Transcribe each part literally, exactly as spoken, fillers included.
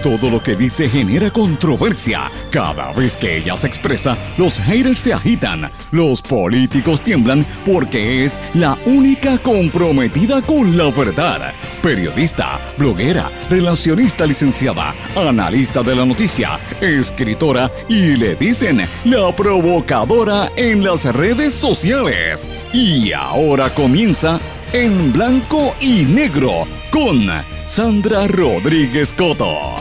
Todo lo que dice genera controversia. Cada vez que ella se expresa, los haters se agitan, los políticos tiemblan porque es la única comprometida con la verdad. Periodista, bloguera, relacionista licenciada, analista de la noticia, escritora y le dicen la provocadora en las redes sociales. Y ahora comienza En Blanco y Negro con Sandra Rodríguez Coto.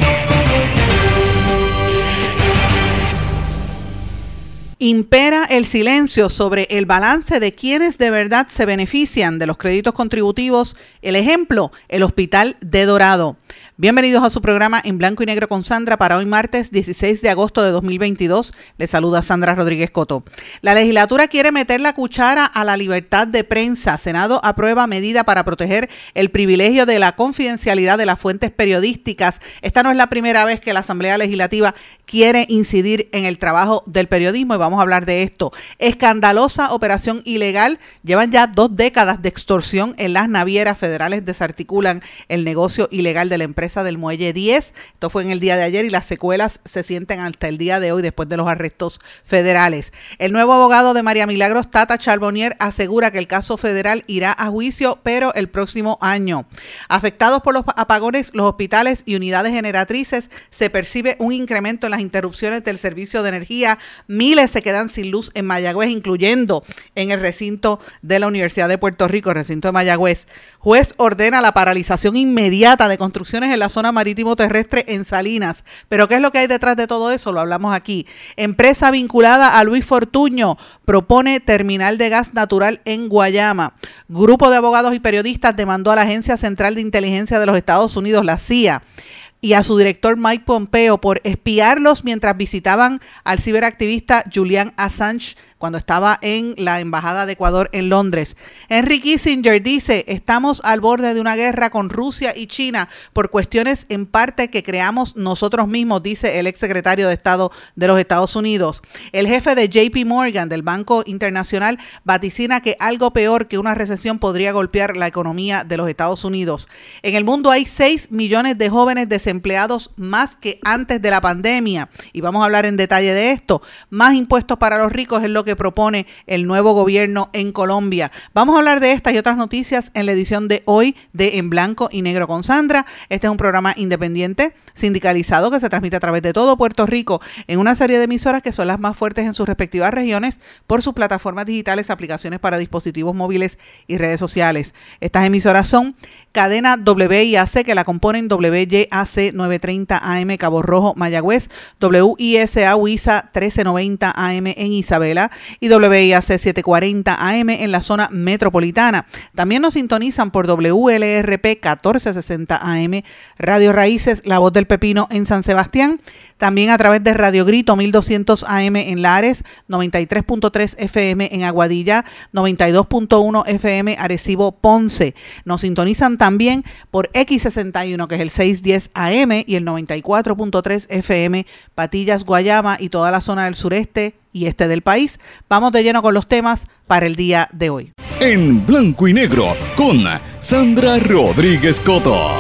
Impera el silencio sobre el balance de quienes de verdad se benefician de los créditos contributivos. El ejemplo, el Hospital de Dorado. Bienvenidos a su programa En Blanco y Negro con Sandra para hoy martes dieciséis de agosto de dos mil veintidós. Les saluda Sandra Rodríguez Coto. La legislatura quiere meter la cuchara a la libertad de prensa. Senado aprueba medida para proteger el privilegio de la confidencialidad de las fuentes periodísticas. Esta no es la primera vez que la Asamblea Legislativa quiere incidir en el trabajo del periodismo y vamos a hablar de esto. Escandalosa operación ilegal. Llevan ya dos décadas de extorsión en las navieras federales. Desarticulan el negocio ilegal de la empresa del Muelle diez. Esto fue en el día de ayer y las secuelas se sienten hasta el día de hoy después de los arrestos federales. El nuevo abogado de María Milagros, Tata Charbonnier, asegura que el caso federal irá a juicio, pero el próximo año. Afectados por los apagones, los hospitales y unidades generatrices, se percibe un incremento en las interrupciones del servicio de energía. Miles se quedan sin luz en Mayagüez, incluyendo en el recinto de la Universidad de Puerto Rico, el recinto de Mayagüez. Juez ordena la paralización inmediata de construcciones en la zona marítimo terrestre en Salinas. Pero ¿qué es lo que hay detrás de todo eso? Lo hablamos aquí. Empresa vinculada a Luis Fortuño propone terminal de gas natural en Guayama. Grupo de abogados y periodistas demandó a la Agencia Central de Inteligencia de los Estados Unidos, la C I A, y a su director Mike Pompeo por espiarlos mientras visitaban al ciberactivista Julian Assange cuando estaba en la Embajada de Ecuador en Londres. Henry Kissinger dice, estamos al borde de una guerra con Rusia y China por cuestiones en parte que creamos nosotros mismos, dice el exsecretario de Estado de los Estados Unidos. El jefe de J P Morgan, del Banco Internacional, vaticina que algo peor que una recesión podría golpear la economía de los Estados Unidos. En el mundo hay seis millones de jóvenes desempleados más que antes de la pandemia. Y vamos a hablar en detalle de esto. Más impuestos para los ricos es lo que que propone el nuevo gobierno en Colombia. Vamos a hablar de estas y otras noticias en la edición de hoy de En Blanco y Negro con Sandra. Este es un programa independiente, sindicalizado, que se transmite a través de todo Puerto Rico en una serie de emisoras que son las más fuertes en sus respectivas regiones por sus plataformas digitales, aplicaciones para dispositivos móviles y redes sociales. Estas emisoras son Cadena W I A C, que la componen W Y A C novecientos treinta A M Cabo Rojo, Mayagüez, W I S A Huiza trece noventa A M en Isabela y W I A C setecientos cuarenta A M en la zona metropolitana. También nos sintonizan por W L R P catorce sesenta A M, Radio Raíces, La Voz del Pepino en San Sebastián. También a través de Radio Grito mil doscientos A M en Lares, noventa y tres punto tres F M en Aguadilla, noventa y dos punto uno F M Arecibo, Ponce. Nos sintonizan también por X sesenta y uno, que es el seiscientos diez A M, y el noventa y cuatro punto tres F M Patillas, Guayama y toda la zona del sureste y este del país. Vamos de lleno con los temas para el día de hoy. En Blanco y Negro con Sandra Rodríguez Coto.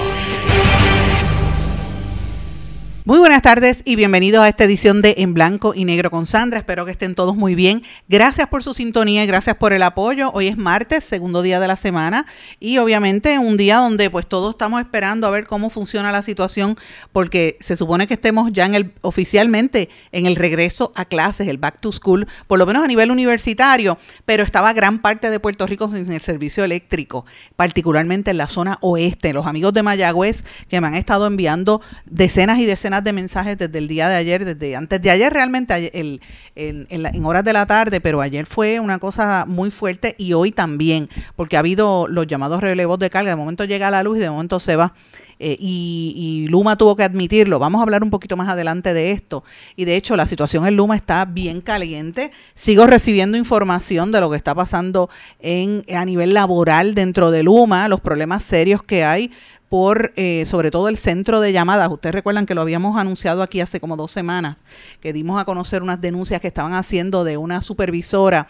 Muy buenas tardes y bienvenidos a esta edición de En Blanco y Negro con Sandra. Espero que estén todos muy bien. Gracias por su sintonía y gracias por el apoyo. Hoy es martes, segundo día de la semana, y obviamente un día donde pues todos estamos esperando a ver cómo funciona la situación, porque se supone que estemos ya en el oficialmente en el regreso a clases, el back to school, por lo menos a nivel universitario, pero estaba gran parte de Puerto Rico sin el servicio eléctrico, particularmente en la zona oeste. Los amigos de Mayagüez que me han estado enviando decenas y decenas de mensajes desde el día de ayer, desde antes de ayer realmente, ayer, el, el, en, la, en horas de la tarde, pero ayer fue una cosa muy fuerte y hoy también, porque ha habido los llamados relevos de carga. De momento llega la luz y de momento se va. Eh, y, y Luma tuvo que admitirlo. Vamos a hablar un poquito más adelante de esto. Y de hecho, la situación en Luma está bien caliente. Sigo recibiendo información de lo que está pasando en, a nivel laboral dentro de Luma, los problemas serios que hay por eh, sobre todo el centro de llamadas. Ustedes recuerdan que lo habíamos anunciado aquí hace como dos semanas, que dimos a conocer unas denuncias que estaban haciendo de una supervisora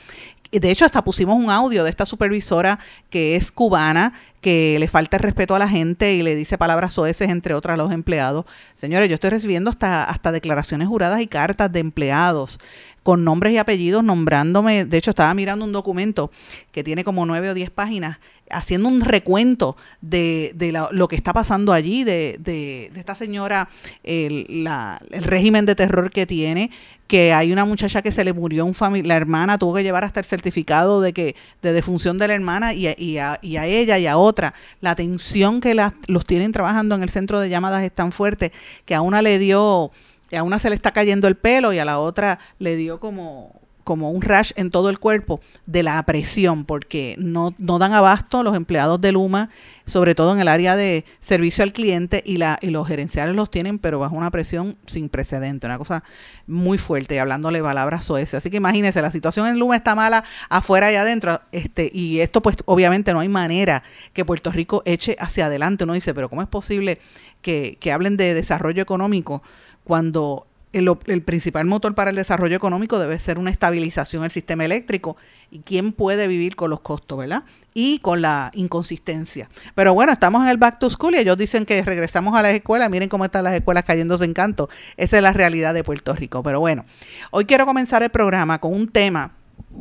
De hecho, hasta pusimos un audio de esta supervisora que es cubana, que le falta el respeto a la gente y le dice palabras soeces, entre otras, a los empleados. Señores, yo estoy recibiendo hasta, hasta declaraciones juradas y cartas de empleados con nombres y apellidos nombrándome. De hecho, estaba mirando un documento que tiene como nueve o diez páginas, haciendo un recuento de, de la, lo que está pasando allí, de, de, de esta señora, el, la, el régimen de terror que tiene, que hay una muchacha que se le murió un familiar, la hermana tuvo que llevar hasta el certificado de que de defunción de la hermana y a, y a, y a ella y a otra. La tensión que la, los tienen trabajando en el centro de llamadas es tan fuerte que a una le dio, a una se le está cayendo el pelo y a la otra le dio como... como un rash en todo el cuerpo de la presión, porque no, no dan abasto los empleados de Luma, sobre todo en el área de servicio al cliente, y, la, y los gerenciales los tienen, pero bajo una presión sin precedente, una cosa muy fuerte, y hablándole palabras soeces. Así que imagínense, la situación en Luma está mala afuera y adentro, este, y esto pues obviamente no hay manera que Puerto Rico eche hacia adelante. Uno dice, pero ¿cómo es posible que, que hablen de desarrollo económico cuando El, el principal motor para el desarrollo económico debe ser una estabilización del sistema eléctrico? ¿Y quién puede vivir con los costos, verdad? Y con la inconsistencia. Pero bueno, estamos en el back to school y ellos dicen que regresamos a las escuelas. Miren cómo están las escuelas cayéndose en canto. Esa es la realidad de Puerto Rico. Pero bueno, hoy quiero comenzar el programa con un tema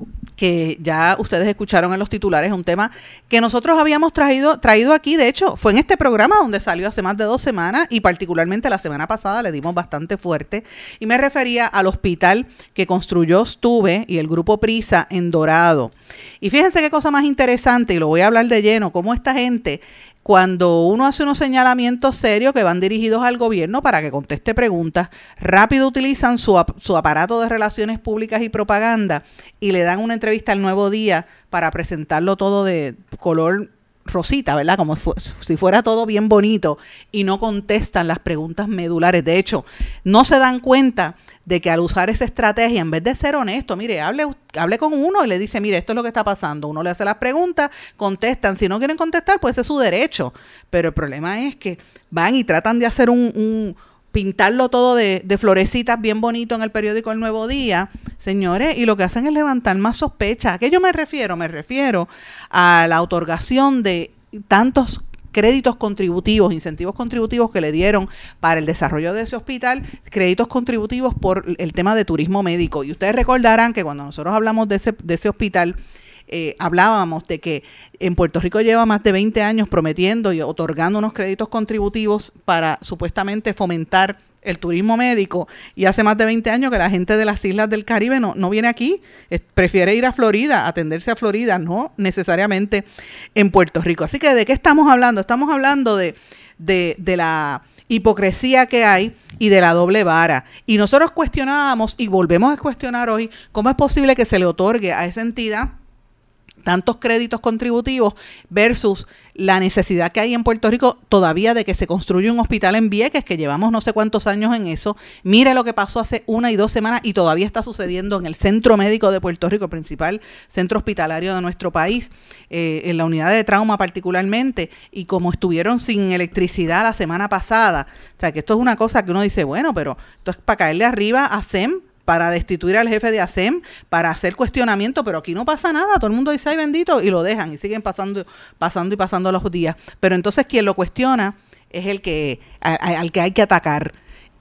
que ya ustedes escucharon en los titulares, un tema que nosotros habíamos traído, traído aquí. De hecho, fue en este programa donde salió hace más de dos semanas y particularmente la semana pasada le dimos bastante fuerte, y me refería al hospital que construyó Stuve y el grupo Prisa en Dorado. Y fíjense qué cosa más interesante, y lo voy a hablar de lleno, cómo esta gente, cuando uno hace unos señalamientos serios que van dirigidos al gobierno para que conteste preguntas, rápido utilizan su, ap- su aparato de relaciones públicas y propaganda y le dan una entrevista al Nuevo Día para presentarlo todo de color rosita, ¿verdad? Como fu- si fuera todo bien bonito, y no contestan las preguntas medulares. De hecho, no se dan cuenta de que al usar esa estrategia, en vez de ser honesto, mire, hable, hable con uno y le dice, mire, esto es lo que está pasando. Uno le hace las preguntas, contestan. Si no quieren contestar, pues ese es su derecho. Pero el problema es que van y tratan de hacer un... un pintarlo todo de, de florecitas bien bonito en el periódico El Nuevo Día, señores, y lo que hacen es levantar más sospechas. ¿A qué yo me refiero? Me refiero a la otorgación de tantos créditos contributivos, incentivos contributivos que le dieron para el desarrollo de ese hospital, créditos contributivos por el tema de turismo médico. Y ustedes recordarán que cuando nosotros hablamos de ese, de ese hospital, Eh, hablábamos de que en Puerto Rico lleva más de veinte años prometiendo y otorgando unos créditos contributivos para supuestamente fomentar el turismo médico, y hace más de veinte años que la gente de las islas del Caribe no, no viene aquí, eh, prefiere ir a Florida, atenderse a Florida, no necesariamente en Puerto Rico. Así que ¿de qué estamos hablando? Estamos hablando de, de, de la hipocresía que hay y de la doble vara. Y nosotros cuestionábamos y volvemos a cuestionar hoy cómo es posible que se le otorgue a esa entidad tantos créditos contributivos versus la necesidad que hay en Puerto Rico todavía de que se construya un hospital en Vieques, que llevamos no sé cuántos años en eso. Mire lo que pasó hace una y dos semanas y todavía está sucediendo en el Centro Médico de Puerto Rico, el principal centro hospitalario de nuestro país, eh, en la unidad de trauma particularmente, y como estuvieron sin electricidad la semana pasada. O sea, que esto es una cosa que uno dice, bueno, pero esto es para caerle arriba a S E M, para destituir al jefe de A S E M, para hacer cuestionamiento, pero aquí no pasa nada, todo el mundo dice, ay bendito, y lo dejan, y siguen pasando, pasando y pasando los días. Pero entonces quien lo cuestiona es el que, a, a, al que hay que atacar.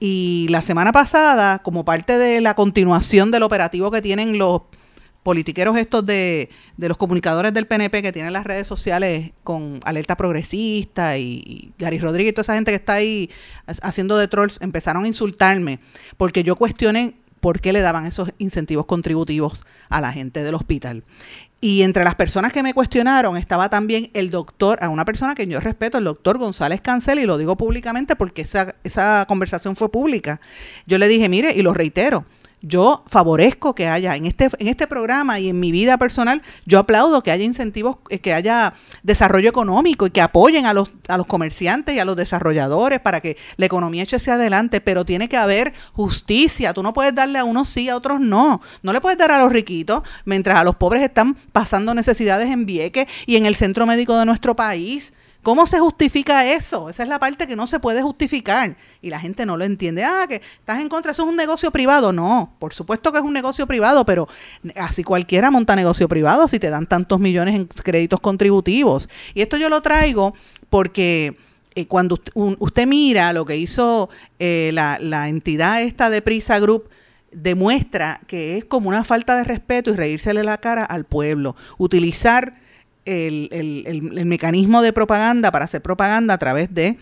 Y la semana pasada, como parte de la continuación del operativo que tienen los politiqueros estos de, de los comunicadores del P N P que tienen las redes sociales con Alerta Progresista y, y Gary Rodríguez y toda esa gente que está ahí haciendo de trolls, empezaron a insultarme porque yo cuestioné por qué le daban esos incentivos contributivos a la gente del hospital. Y entre las personas que me cuestionaron estaba también el doctor, a una persona que yo respeto, el doctor González Cancel, y lo digo públicamente porque esa, esa conversación fue pública. Yo le dije, mire, y lo reitero, yo favorezco que haya en este en este programa y en mi vida personal, yo aplaudo que haya incentivos, que haya desarrollo económico y que apoyen a los a los comerciantes y a los desarrolladores para que la economía eche hacia adelante, pero tiene que haber justicia. Tú no puedes darle a unos sí, a otros no. No le puedes dar a los riquitos mientras a los pobres están pasando necesidades en Vieques y en el centro médico de nuestro país. ¿Cómo se justifica eso? Esa es la parte que no se puede justificar y la gente no lo entiende. Ah, que estás en contra, eso es un negocio privado. No, por supuesto que es un negocio privado, pero así cualquiera monta negocio privado si te dan tantos millones en créditos contributivos. Y esto yo lo traigo porque eh, cuando usted, un, usted mira lo que hizo eh, la, la entidad esta de Prisa Group, demuestra que es como una falta de respeto y reírsele la cara al pueblo. Utilizar El, el, el, el mecanismo de propaganda para hacer propaganda a través de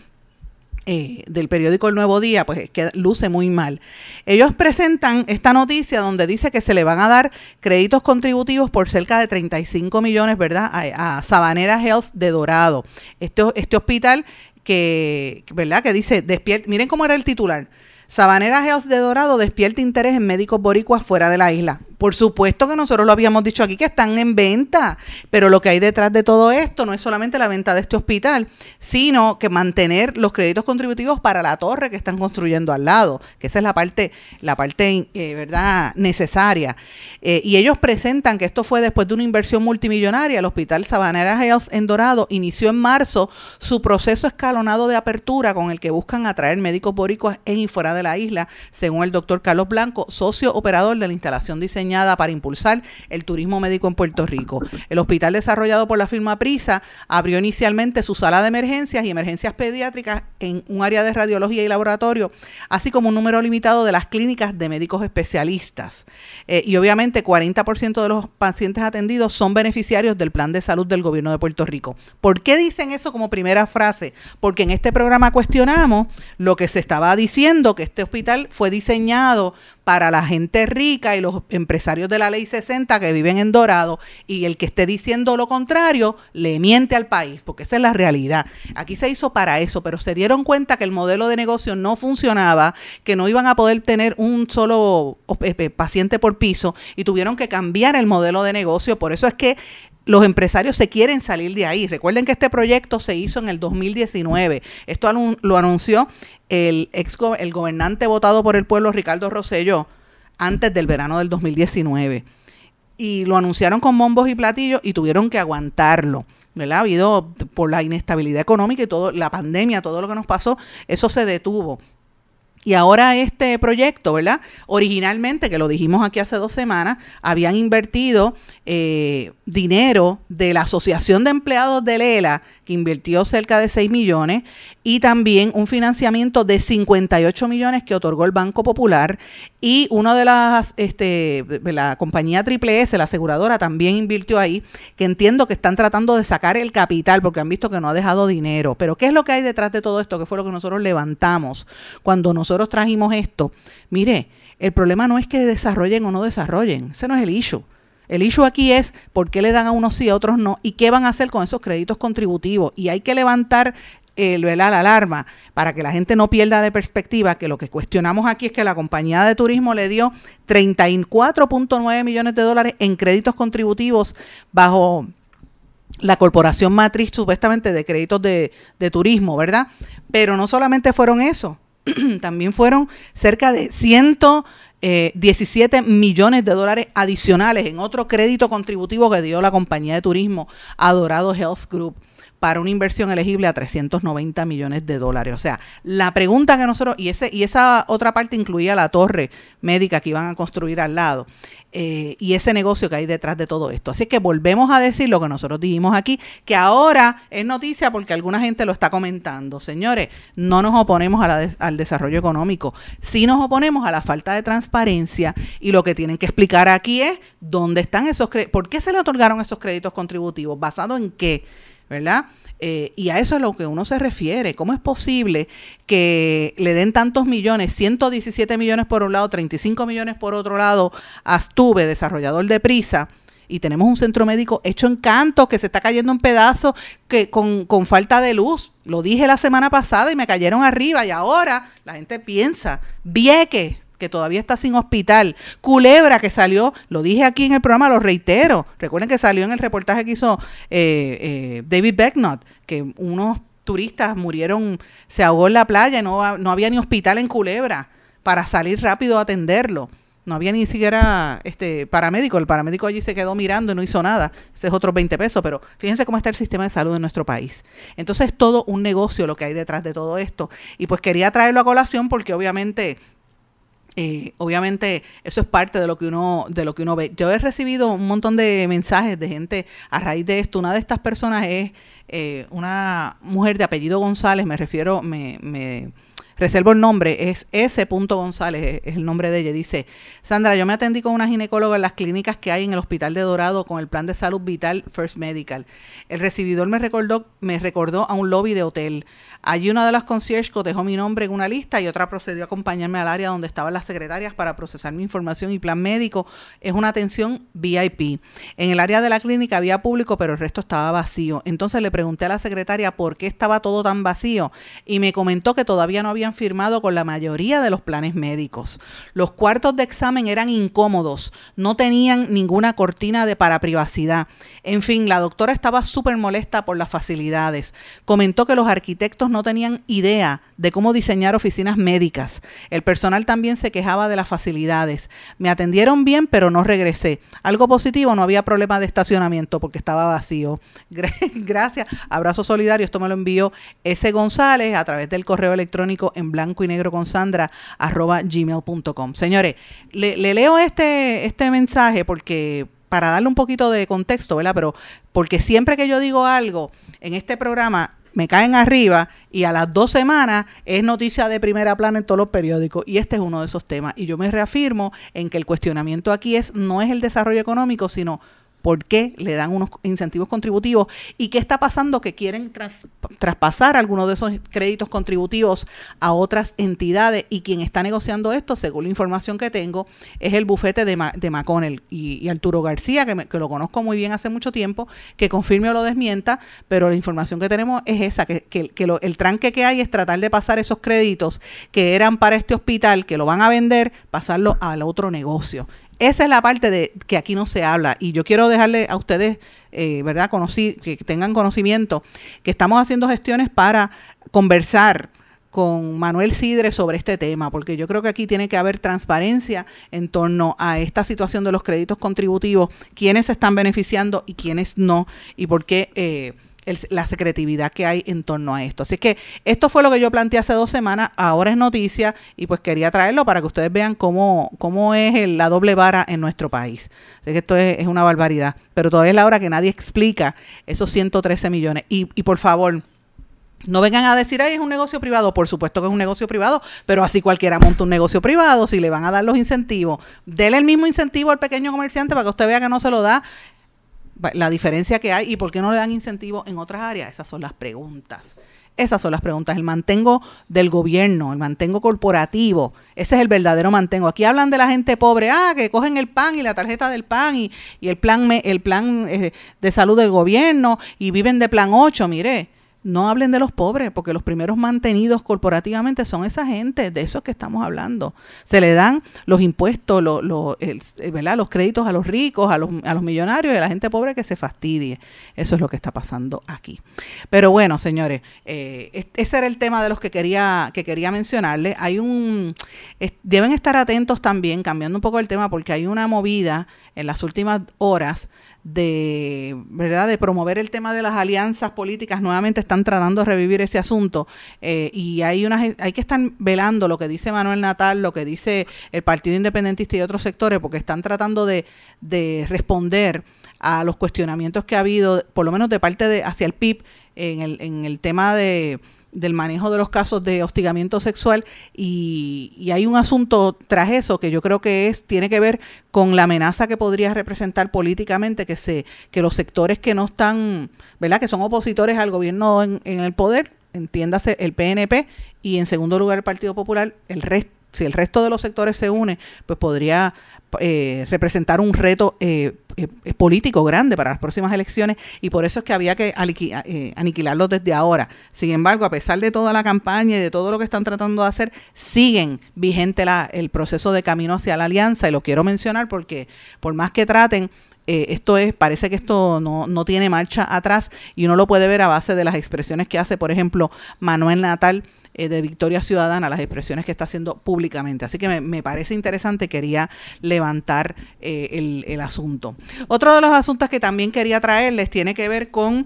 eh, del periódico El Nuevo Día, pues es que luce muy mal. Ellos presentan esta noticia donde dice que se le van a dar créditos contributivos por cerca de treinta y cinco millones, ¿verdad?, a, a Sabanera Health de Dorado. Este, este hospital que, ¿verdad?, que dice, despierta, miren cómo era el titular. Sabanera Health de Dorado despierta interés en médicos boricuas fuera de la isla. Por supuesto que nosotros lo habíamos dicho aquí, que están en venta, pero lo que hay detrás de todo esto no es solamente la venta de este hospital, sino que mantener los créditos contributivos para la torre que están construyendo al lado, que esa es la parte, la parte eh, verdad necesaria. Eh, y ellos presentan que esto fue después de una inversión multimillonaria. El hospital Sabanera Health en Dorado inició en marzo su proceso escalonado de apertura con el que buscan atraer médicos boricuas en y fuera de la isla, según el doctor Carlos Blanco, socio operador de la instalación diseñada para impulsar el turismo médico en Puerto Rico. El hospital desarrollado por la firma Prisa abrió inicialmente su sala de emergencias y emergencias pediátricas en un área de radiología y laboratorio, así como un número limitado de las clínicas de médicos especialistas. Eh, y obviamente cuarenta por ciento de los pacientes atendidos son beneficiarios del plan de salud del gobierno de Puerto Rico. ¿Por qué dicen eso como primera frase? Porque en este programa cuestionamos lo que se estaba diciendo, que este hospital fue diseñado para la gente rica y los empresarios de la ley sesenta que viven en Dorado, y el que esté diciendo lo contrario le miente al país, porque esa es la realidad. Aquí se hizo para eso, pero se dieron cuenta que el modelo de negocio no funcionaba, que no iban a poder tener un solo paciente por piso y tuvieron que cambiar el modelo de negocio. Por eso es que los empresarios se quieren salir de ahí. Recuerden que este proyecto se hizo en el dos mil diecinueve. Esto anun- lo anunció el ex go- el gobernante votado por el pueblo, Ricardo Rosselló, antes del verano del dos mil diecinueve. Y lo anunciaron con bombos y platillos y tuvieron que aguantarlo, ¿verdad? Ha habido, por la inestabilidad económica y todo, la pandemia, todo lo que nos pasó, eso se detuvo. Y ahora este proyecto, ¿verdad? Originalmente, que lo dijimos aquí hace dos semanas, habían invertido eh, dinero de la Asociación de Empleados de Lela, que invirtió cerca de seis millones, y también un financiamiento de cincuenta y ocho millones que otorgó el Banco Popular, y uno de las, este, de la compañía Triple S, la aseguradora, también invirtió ahí, que entiendo que están tratando de sacar el capital porque han visto que no ha dejado dinero. Pero ¿qué es lo que hay detrás de todo esto? ¿Qué fue lo que nosotros levantamos cuando nosotros trajimos esto? Mire, el problema no es que desarrollen o no desarrollen, ese no es el issue. El issue aquí es por qué le dan a unos sí, a otros no, y qué van a hacer con esos créditos contributivos. Y hay que levantar el, la alarma para que la gente no pierda de perspectiva que lo que cuestionamos aquí es que la compañía de turismo le dio treinta y cuatro punto nueve millones de dólares en créditos contributivos bajo la corporación matriz supuestamente de créditos de, de turismo, ¿verdad? Pero no solamente fueron eso, también fueron cerca de ciento diecisiete millones de dólares adicionales en otro crédito contributivo que dio la compañía de turismo a Dorado Health Group para una inversión elegible a trescientos noventa millones de dólares. O sea, la pregunta que nosotros, y ese y esa otra parte incluía la torre médica que iban a construir al lado, eh, y ese negocio que hay detrás de todo esto. Así que volvemos a decir lo que nosotros dijimos aquí, que ahora es noticia porque alguna gente lo está comentando. Señores, no nos oponemos a la des- al desarrollo económico, sí nos oponemos a la falta de transparencia, y lo que tienen que explicar aquí es dónde están esos créditos, por qué se le otorgaron esos créditos contributivos, basado en qué, ¿verdad? Eh, y a eso es a lo que uno se refiere. ¿Cómo es posible que le den tantos millones, ciento diecisiete millones por un lado, treinta y cinco millones por otro lado, a Astuve, desarrollador de Prisa, y tenemos un centro médico hecho en canto que se está cayendo en pedazos, que con, con falta de luz? Lo dije la semana pasada y me cayeron arriba, y ahora la gente piensa, Vieques, que todavía está sin hospital, Culebra, que salió, lo dije aquí en el programa, lo reitero, recuerden que salió en el reportaje que hizo eh, eh, David Becknott, que unos turistas murieron, se ahogó en la playa y no, no había ni hospital en Culebra para salir rápido a atenderlo. No había ni siquiera este paramédico. El paramédico allí se quedó mirando y no hizo nada. Ese es otros veinte pesos, pero fíjense cómo está el sistema de salud en nuestro país. Entonces es todo un negocio lo que hay detrás de todo esto. Y pues quería traerlo a colación porque obviamente... Eh, obviamente eso es parte de lo que uno de lo que uno ve. Yo he recibido un montón de mensajes de gente a raíz de esto. Una de estas personas es eh, una mujer de apellido González, me refiero, me... me reservo el nombre, es S. González, es el nombre de ella. Dice, Sandra, yo me atendí con una ginecóloga en las clínicas que hay en el Hospital de Dorado con el plan de salud vital First Medical. El recibidor me recordó, me recordó a un lobby de hotel. Allí una de las concierge cotejó mi nombre en una lista y otra procedió a acompañarme al área donde estaban las secretarias para procesar mi información y plan médico. Es una atención V I P. En el área de la clínica había público, pero el resto estaba vacío. Entonces le pregunté a la secretaria por qué estaba todo tan vacío y me comentó que todavía no habían firmado con la mayoría de los planes médicos. Los cuartos de examen eran incómodos, no tenían ninguna cortina de para privacidad. En fin, la doctora estaba súper molesta por las facilidades. Comentó que los arquitectos no tenían idea de cómo diseñar oficinas médicas. El personal también se quejaba de las facilidades. Me atendieron bien, pero no regresé. Algo positivo, no había problema de estacionamiento porque estaba vacío. Gracias. Abrazo solidario. Esto me lo envió S. González a través del correo electrónico en blanco y negro con Sandra arroba gmail punto com. Señores, le, le leo este, este mensaje porque para darle un poquito de contexto, ¿verdad? Pero porque siempre que yo digo algo en este programa me caen arriba y a las dos semanas es noticia de primera plana en todos los periódicos y este es uno de esos temas. Y yo me reafirmo en que el cuestionamiento aquí es no es el desarrollo económico, sino por qué le dan unos incentivos contributivos y qué está pasando que quieren tras, traspasar algunos de esos créditos contributivos a otras entidades y quien está negociando esto, según la información que tengo, es el bufete de, Ma, de McConnell y, y Arturo García, que, me, que lo conozco muy bien hace mucho tiempo, que confirme o lo desmienta, pero la información que tenemos es esa, que, que, que lo, el tranque que hay es tratar de pasar esos créditos que eran para este hospital, que lo van a vender, pasarlo al otro negocio. Esa es la parte de que aquí no se habla y yo quiero dejarle a ustedes, eh, ¿verdad? Conocí, que tengan conocimiento que estamos haciendo gestiones para conversar con Manuel Sidre sobre este tema, porque yo creo que aquí tiene que haber transparencia en torno a esta situación de los créditos contributivos, quiénes se están beneficiando y quiénes no, y por qué eh, el, la secretividad que hay en torno a esto. Así que esto fue lo que yo planteé hace dos semanas, ahora es noticia y pues quería traerlo para que ustedes vean cómo, cómo es el, la doble vara en nuestro país. Así que esto es, es una barbaridad, pero todavía es la hora que nadie explica esos ciento trece millones. Y, y por favor, no vengan a decir, ay, es un negocio privado. Por supuesto que es un negocio privado, pero así cualquiera monta un negocio privado. Si le van a dar los incentivos, dele el mismo incentivo al pequeño comerciante para que usted vea que no se lo da. La diferencia que hay y por qué no le dan incentivos en otras áreas, esas son las preguntas. Esas son las preguntas. El mantengo del gobierno, el mantengo corporativo, ese es el verdadero mantengo. Aquí hablan de la gente pobre, ah, que cogen el pan y la tarjeta del pan y, y el plan, el plan eh, de salud del gobierno y viven de plan ocho, mire. No hablen de los pobres, porque los primeros mantenidos corporativamente son esa gente, de esos que estamos hablando. Se le dan los impuestos, lo, lo, el, ¿verdad? Los créditos a los ricos, a los, a los millonarios y a la gente pobre que se fastidie. Eso es lo que está pasando aquí. Pero bueno, señores, eh, ese era el tema de los que quería, que quería mencionarles. Hay un, es, deben estar atentos también, cambiando un poco el tema, porque hay una movida en las últimas horas de, ¿verdad?, de promover el tema de las alianzas políticas. Nuevamente están tratando de revivir ese asunto eh, y hay unas, hay que estar velando lo que dice Manuel Natal, lo que dice el Partido Independentista y otros sectores, porque están tratando de, de responder a los cuestionamientos que ha habido, por lo menos de parte de hacia el P I B en el, en el tema de del manejo de los casos de hostigamiento sexual y, y hay un asunto tras eso que yo creo que es tiene que ver con la amenaza que podría representar políticamente que se que los sectores que no están, ¿verdad?, que son opositores al gobierno en, en el poder, entiéndase el P N P y en segundo lugar el Partido Popular, el resto, si el resto de los sectores se une, pues podría eh, representar un reto eh, eh, político grande para las próximas elecciones y por eso es que había que aliqui, eh, aniquilarlos desde ahora. Sin embargo, a pesar de toda la campaña y de todo lo que están tratando de hacer, siguen vigente la, el proceso de camino hacia la alianza y lo quiero mencionar porque por más que traten, Eh, esto es, parece que esto no, no tiene marcha atrás y uno lo puede ver a base de las expresiones que hace, por ejemplo, Manuel Natal eh, de Victoria Ciudadana, las expresiones que está haciendo públicamente. Así que me, me parece interesante, quería levantar eh, el, el asunto. Otro de los asuntos que también quería traerles tiene que ver con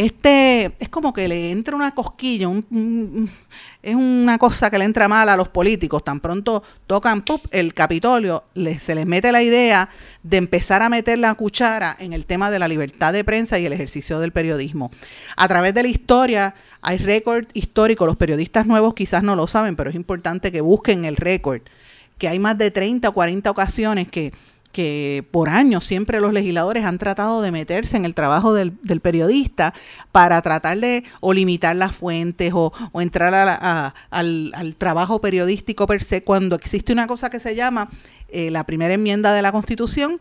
este, es como que le entra una cosquilla, un, un, es una cosa que le entra mal a los políticos. Tan pronto tocan ¡pup! El Capitolio, les, se les mete la idea de empezar a meter la cuchara en el tema de la libertad de prensa y el ejercicio del periodismo. A través de la historia hay récord histórico, los periodistas nuevos quizás no lo saben, pero es importante que busquen el récord, que hay más de treinta o cuarenta ocasiones que que por años siempre los legisladores han tratado de meterse en el trabajo del, del periodista para tratar de o limitar las fuentes o, o entrar a la, a, al, al trabajo periodístico per se, cuando existe una cosa que se llama eh, la primera enmienda de la Constitución,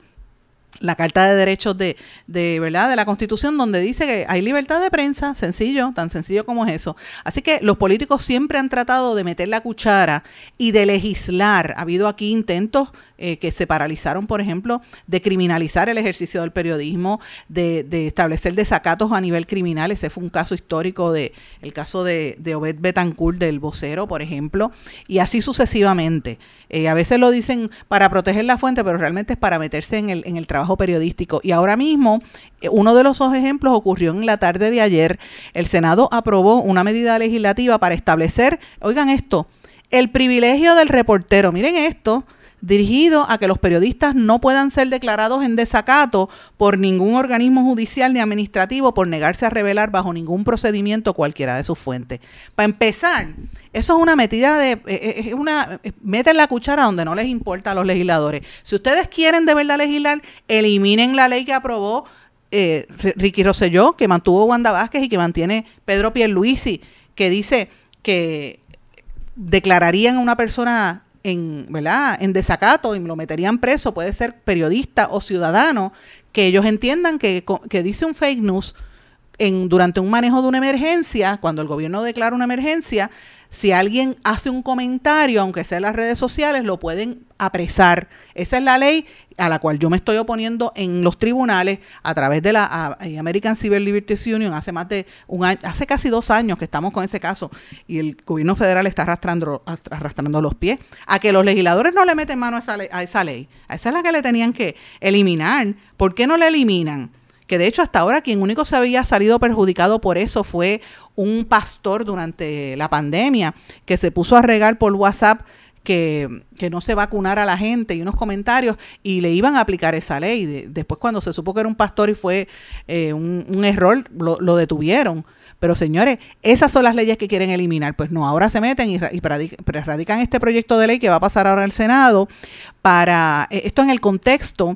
la Carta de Derechos de, de, ¿verdad? de la Constitución, donde dice que hay libertad de prensa, sencillo, tan sencillo como es eso. Así que los políticos siempre han tratado de meter la cuchara y de legislar. Ha habido aquí intentos eh, que se paralizaron, por ejemplo, de criminalizar el ejercicio del periodismo, de, de establecer desacatos a nivel criminal. Ese fue un caso histórico, de el caso de, de Obed Betancourt, del Vocero, por ejemplo, y así sucesivamente. Eh, a veces lo dicen para proteger la fuente, pero realmente es para meterse en el, en el trabajo periodístico. Y ahora mismo, eh, uno de los ejemplos ocurrió en la tarde de ayer. El Senado aprobó una medida legislativa para establecer, oigan esto, el privilegio del reportero. Miren esto, dirigido a que los periodistas no puedan ser declarados en desacato por ningún organismo judicial ni administrativo por negarse a revelar bajo ningún procedimiento cualquiera de sus fuentes. Para empezar, eso es una metida de, es eh, una, meten la cuchara donde no les importa a los legisladores. Si ustedes quieren de verdad legislar, eliminen la ley que aprobó eh, Ricky Rosselló, que mantuvo Wanda Vázquez y que mantiene Pedro Pierluisi, que dice que declararían a una persona en, ¿verdad?, en desacato y lo meterían preso, puede ser periodista o ciudadano, que ellos entiendan que, que dice un fake news en, durante un manejo de una emergencia, cuando el gobierno declara una emergencia, si alguien hace un comentario, aunque sea en las redes sociales, lo pueden apresar. Esa es la ley a la cual yo me estoy oponiendo en los tribunales a través de la a, American Civil Liberties Union. Hace más de un año, hace casi dos años que estamos con ese caso y el gobierno federal está arrastrando, arrastrando los pies a que los legisladores no le meten mano a esa ley, a esa ley. A esa es la que le tenían que eliminar. ¿Por qué no la eliminan? Que de hecho hasta ahora quien único se había salido perjudicado por eso fue un pastor durante la pandemia que se puso a regar por WhatsApp que, que no se vacunara a la gente y unos comentarios y le iban a aplicar esa ley. De, después cuando se supo que era un pastor y fue eh, un, un error, lo, lo detuvieron. Pero señores, esas son las leyes que quieren eliminar. Pues no, ahora se meten y, y radican este proyecto de ley que va a pasar ahora al Senado para, esto en el contexto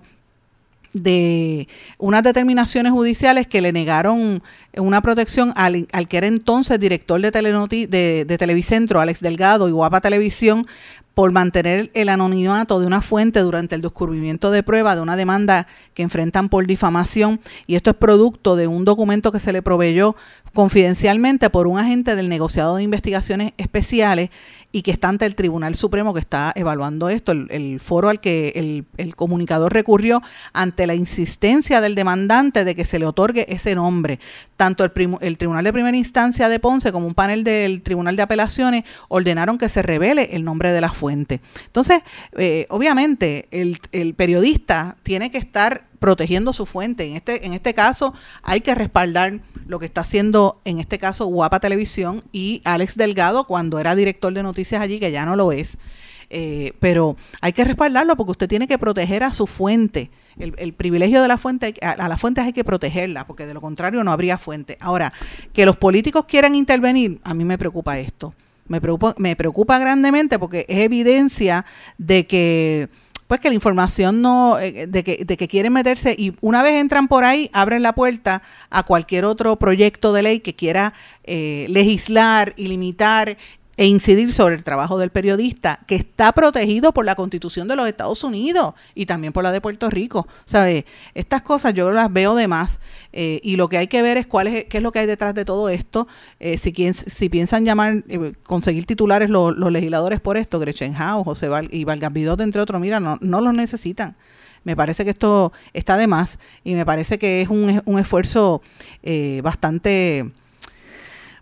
de unas determinaciones judiciales que le negaron una protección al, al que era entonces director de, Telenoti, de, de Televicentro, Alex Delgado, y Guapa Televisión, por mantener el anonimato de una fuente durante el descubrimiento de prueba de una demanda que enfrentan por difamación. Y esto es producto de un documento que se le proveyó confidencialmente por un agente del negociado de investigaciones especiales y que está ante el Tribunal Supremo que está evaluando esto, el, el foro al que el, el comunicador recurrió ante la insistencia del demandante de que se le otorgue ese nombre. Tanto el, prim, el Tribunal de Primera Instancia de Ponce como un panel del Tribunal de Apelaciones ordenaron que se revele el nombre de la fuente. Entonces, eh, obviamente, el, el periodista tiene que estar protegiendo su fuente. En este, en este caso hay que respaldar lo que está haciendo, en este caso, Guapa Televisión y Alex Delgado cuando era director de noticias allí, que ya no lo es. Eh, pero hay que respaldarlo porque usted tiene que proteger a su fuente. El, el privilegio de la fuente, a, a las fuentes hay que protegerla porque de lo contrario no habría fuente. Ahora, que los políticos quieran intervenir, a mí me preocupa esto. Me preocupa, me preocupa grandemente porque es evidencia de que pues que la información no, de que, de que quieren meterse y una vez entran por ahí, abren la puerta a cualquier otro proyecto de ley que quiera eh, legislar y limitar e incidir sobre el trabajo del periodista, que está protegido por la Constitución de los Estados Unidos y también por la de Puerto Rico. ¿Sabes? Estas cosas yo las veo de más eh, y lo que hay que ver es cuál es qué es lo que hay detrás de todo esto. Eh, si, quien, si piensan llamar, eh, conseguir titulares lo, los legisladores por esto, Gretchen Howe, José Val, y Vargas Vidot, entre otros, mira, no, no los necesitan. Me parece que esto está de más y me parece que es un, un esfuerzo eh, bastante...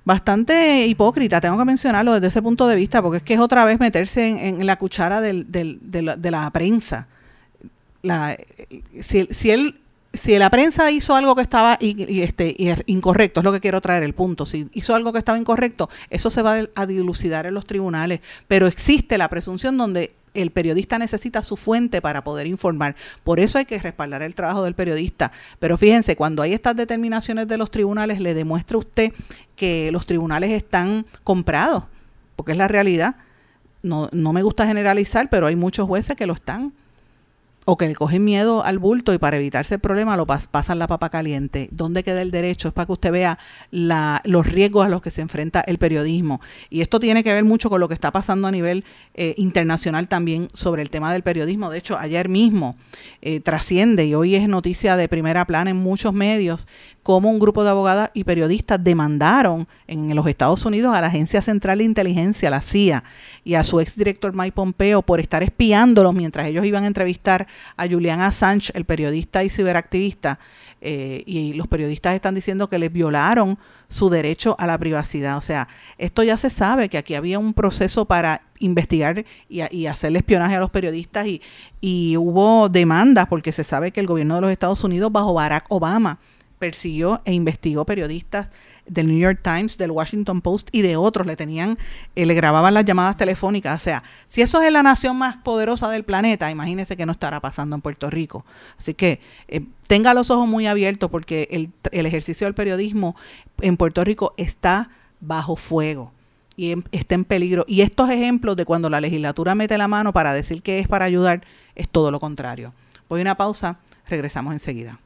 bastante hipócrita, tengo que mencionarlo desde ese punto de vista, porque es que es otra vez meterse en, en la cuchara del, del, de, la, de la prensa. La, si, si él si la prensa hizo algo que estaba y, y este y incorrecto, es lo que quiero traer el punto, si hizo algo que estaba incorrecto, eso se va a dilucidar en los tribunales, pero existe la presunción donde el periodista necesita su fuente para poder informar. Por eso hay que respaldar el trabajo del periodista. Pero fíjense, cuando hay estas determinaciones de los tribunales, le demuestra usted que los tribunales están comprados, porque es la realidad. No, no me gusta generalizar, pero hay muchos jueces que lo están, o que le cogen miedo al bulto y para evitarse el problema lo pas- pasan la papa caliente. ¿Dónde queda el derecho? Es para que usted vea la, los riesgos a los que se enfrenta el periodismo. Y esto tiene que ver mucho con lo que está pasando a nivel eh, internacional también sobre el tema del periodismo. De hecho, ayer mismo eh, trasciende, y hoy es noticia de primera plana en muchos medios, cómo un grupo de abogadas y periodistas demandaron en los Estados Unidos a la Agencia Central de Inteligencia, la C I A, y a su exdirector Mike Pompeo por estar espiándolos mientras ellos iban a entrevistar a Julian Assange, el periodista y ciberactivista, eh, y los periodistas están diciendo que les violaron su derecho a la privacidad. O sea, esto ya se sabe, que aquí había un proceso para investigar y, y hacerle espionaje a los periodistas, y, y hubo demandas porque se sabe que el gobierno de los Estados Unidos bajo Barack Obama persiguió e investigó periodistas del New York Times, del Washington Post y de otros. Le tenían, eh, le grababan las llamadas telefónicas. O sea, si eso es la nación más poderosa del planeta, imagínense que no estará pasando en Puerto Rico. Así que eh, tenga los ojos muy abiertos, porque el, el ejercicio del periodismo en Puerto Rico está bajo fuego y en, está en peligro. Y estos ejemplos de cuando la legislatura mete la mano para decir que es para ayudar, es todo lo contrario. Voy a una pausa, regresamos enseguida.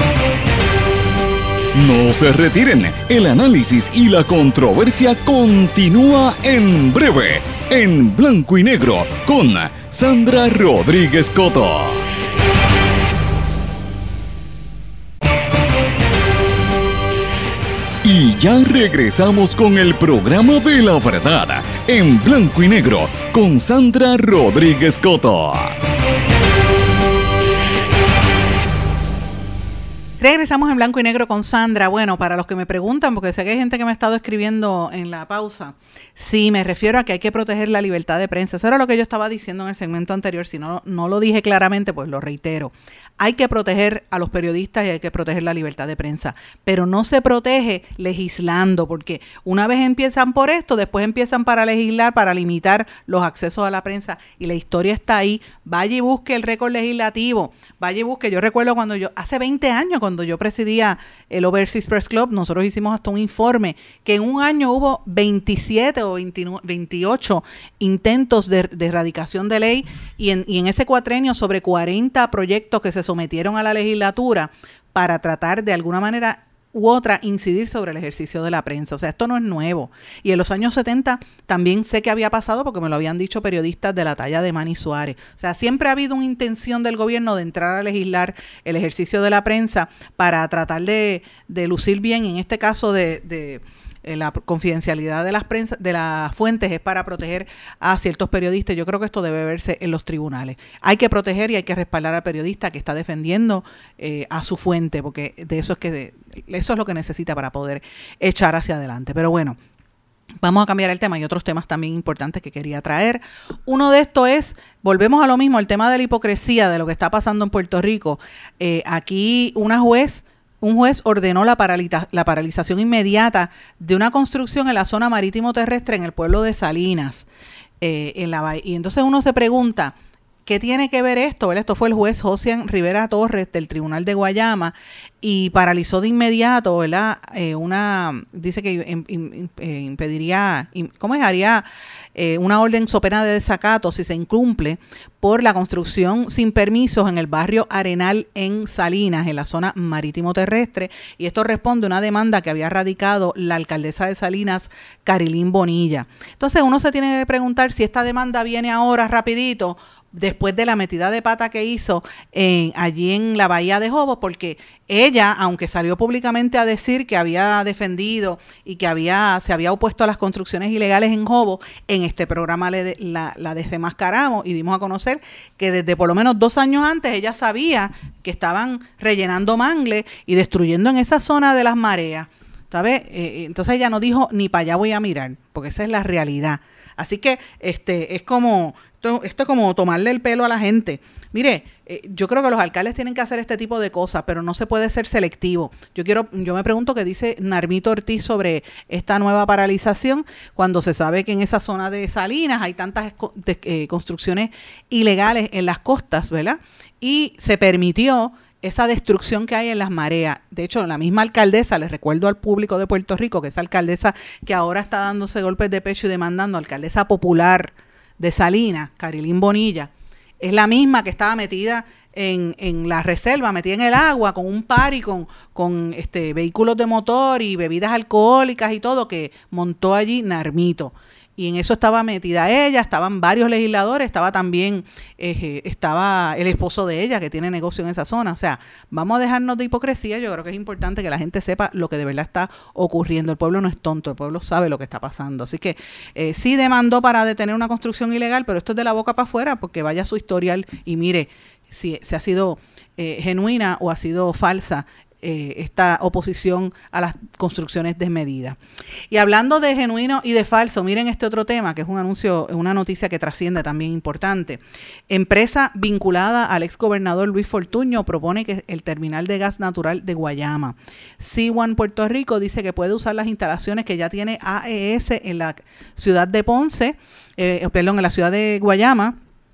No se retiren, el análisis y la controversia continúa en breve, en Blanco y Negro, con Sandra Rodríguez Coto. Y ya regresamos con el programa de la verdad, en Blanco y Negro, con Sandra Rodríguez Coto. Regresamos en Blanco y Negro con Sandra. Bueno, para los que me preguntan, porque sé que hay gente que me ha estado escribiendo en la pausa, sí, me refiero a que hay que proteger la libertad de prensa. Eso era lo que yo estaba diciendo en el segmento anterior. Si no, no lo dije claramente, pues lo reitero. Hay que proteger a los periodistas y hay que proteger la libertad de prensa, pero no se protege legislando, porque una vez empiezan por esto, después empiezan para legislar, para limitar los accesos a la prensa, y la historia está ahí. Vaya y busque el récord legislativo, vaya y busque. Yo recuerdo cuando yo, hace veinte años, cuando yo presidía el Overseas Press Club, nosotros hicimos hasta un informe que en un año hubo veintisiete o veintinueve, veintiocho intentos de, de erradicación de ley, y en, y en ese cuatrenio sobre cuarenta proyectos que se sometieron a la legislatura para tratar de alguna manera u otra incidir sobre el ejercicio de la prensa. O sea, esto no es nuevo. Y en los años setenta también sé que había pasado, porque me lo habían dicho periodistas de la talla de Manny Suárez. O sea, siempre ha habido una intención del gobierno de entrar a legislar el ejercicio de la prensa para tratar de, de lucir bien. En este caso de... de la confidencialidad de las prensa, de las fuentes, es para proteger a ciertos periodistas. Yo creo que esto debe verse en los tribunales. Hay que proteger y hay que respaldar al periodista que está defendiendo eh, a su fuente, porque de eso es que de, eso es lo que necesita para poder echar hacia adelante. Pero bueno, vamos a cambiar el tema. Hay otros temas también importantes que quería traer. Uno de estos es, volvemos a lo mismo, el tema de la hipocresía de lo que está pasando en Puerto Rico. Eh, aquí una juez Un juez ordenó la, paraliza, la paralización inmediata de una construcción en la zona marítimo terrestre en el pueblo de Salinas. Eh, en la, y entonces uno se pregunta, ¿qué tiene que ver esto? ¿Verdad? Esto fue el juez Josian Rivera Torres del Tribunal de Guayama, y paralizó de inmediato, ¿verdad? Eh, una, dice que in, in, in, impediría, in, ¿cómo es? Haría eh, una orden so pena de desacato si se incumple por la construcción sin permisos en el barrio Arenal en Salinas, en la zona marítimo terrestre, y esto responde a una demanda que había radicado la alcaldesa de Salinas, Carilín Bonilla. Entonces uno se tiene que preguntar si esta demanda viene ahora rapidito, después de la metida de pata que hizo en, allí en la Bahía de Jobos, porque ella, aunque salió públicamente a decir que había defendido y que había se había opuesto a las construcciones ilegales en Jobos, en este programa le, la, la desenmascaramos y dimos a conocer que desde por lo menos dos años antes ella sabía que estaban rellenando mangle y destruyendo en esa zona de las mareas. ¿sabes? Eh, entonces ella no dijo ni para allá voy a mirar, porque esa es la realidad. Así que este es como, esto, esto es como tomarle el pelo a la gente. Mire, eh, yo creo que los alcaldes tienen que hacer este tipo de cosas, pero no se puede ser selectivo. Yo quiero, yo me pregunto qué dice Narmito Ortiz sobre esta nueva paralización, cuando se sabe que en esa zona de Salinas hay tantas de, eh, construcciones ilegales en las costas, ¿verdad? Y se permitió esa destrucción que hay en las mareas. De hecho, la misma alcaldesa, les recuerdo al público de Puerto Rico, que esa alcaldesa que ahora está dándose golpes de pecho y demandando, alcaldesa popular de Salinas, Carilín Bonilla, es la misma que estaba metida en, en la reserva, metida en el agua, con un party, con, con este, vehículos de motor y bebidas alcohólicas y todo, que montó allí Narmito. Y en eso estaba metida ella, estaban varios legisladores, estaba también, eh, estaba el esposo de ella que tiene negocio en esa zona. O sea, vamos a dejarnos de hipocresía. Yo creo que es importante que la gente sepa lo que de verdad está ocurriendo. El pueblo no es tonto, el pueblo sabe lo que está pasando. Así que eh, sí demandó para detener una construcción ilegal, pero esto es de la boca para afuera, porque vaya su historial y mire si, si ha sido eh, genuina o ha sido falsa Eh, esta oposición a las construcciones desmedidas. Y hablando de genuino y de falso, miren este otro tema, que es un anuncio, una noticia que trasciende también importante. Empresa vinculada al exgobernador Luis Fortuño propone que el terminal de gas natural de Guayama. C uno Puerto Rico dice que puede usar las instalaciones que ya tiene A E S en la ciudad de Ponce, eh, perdón, en la ciudad de Guayama,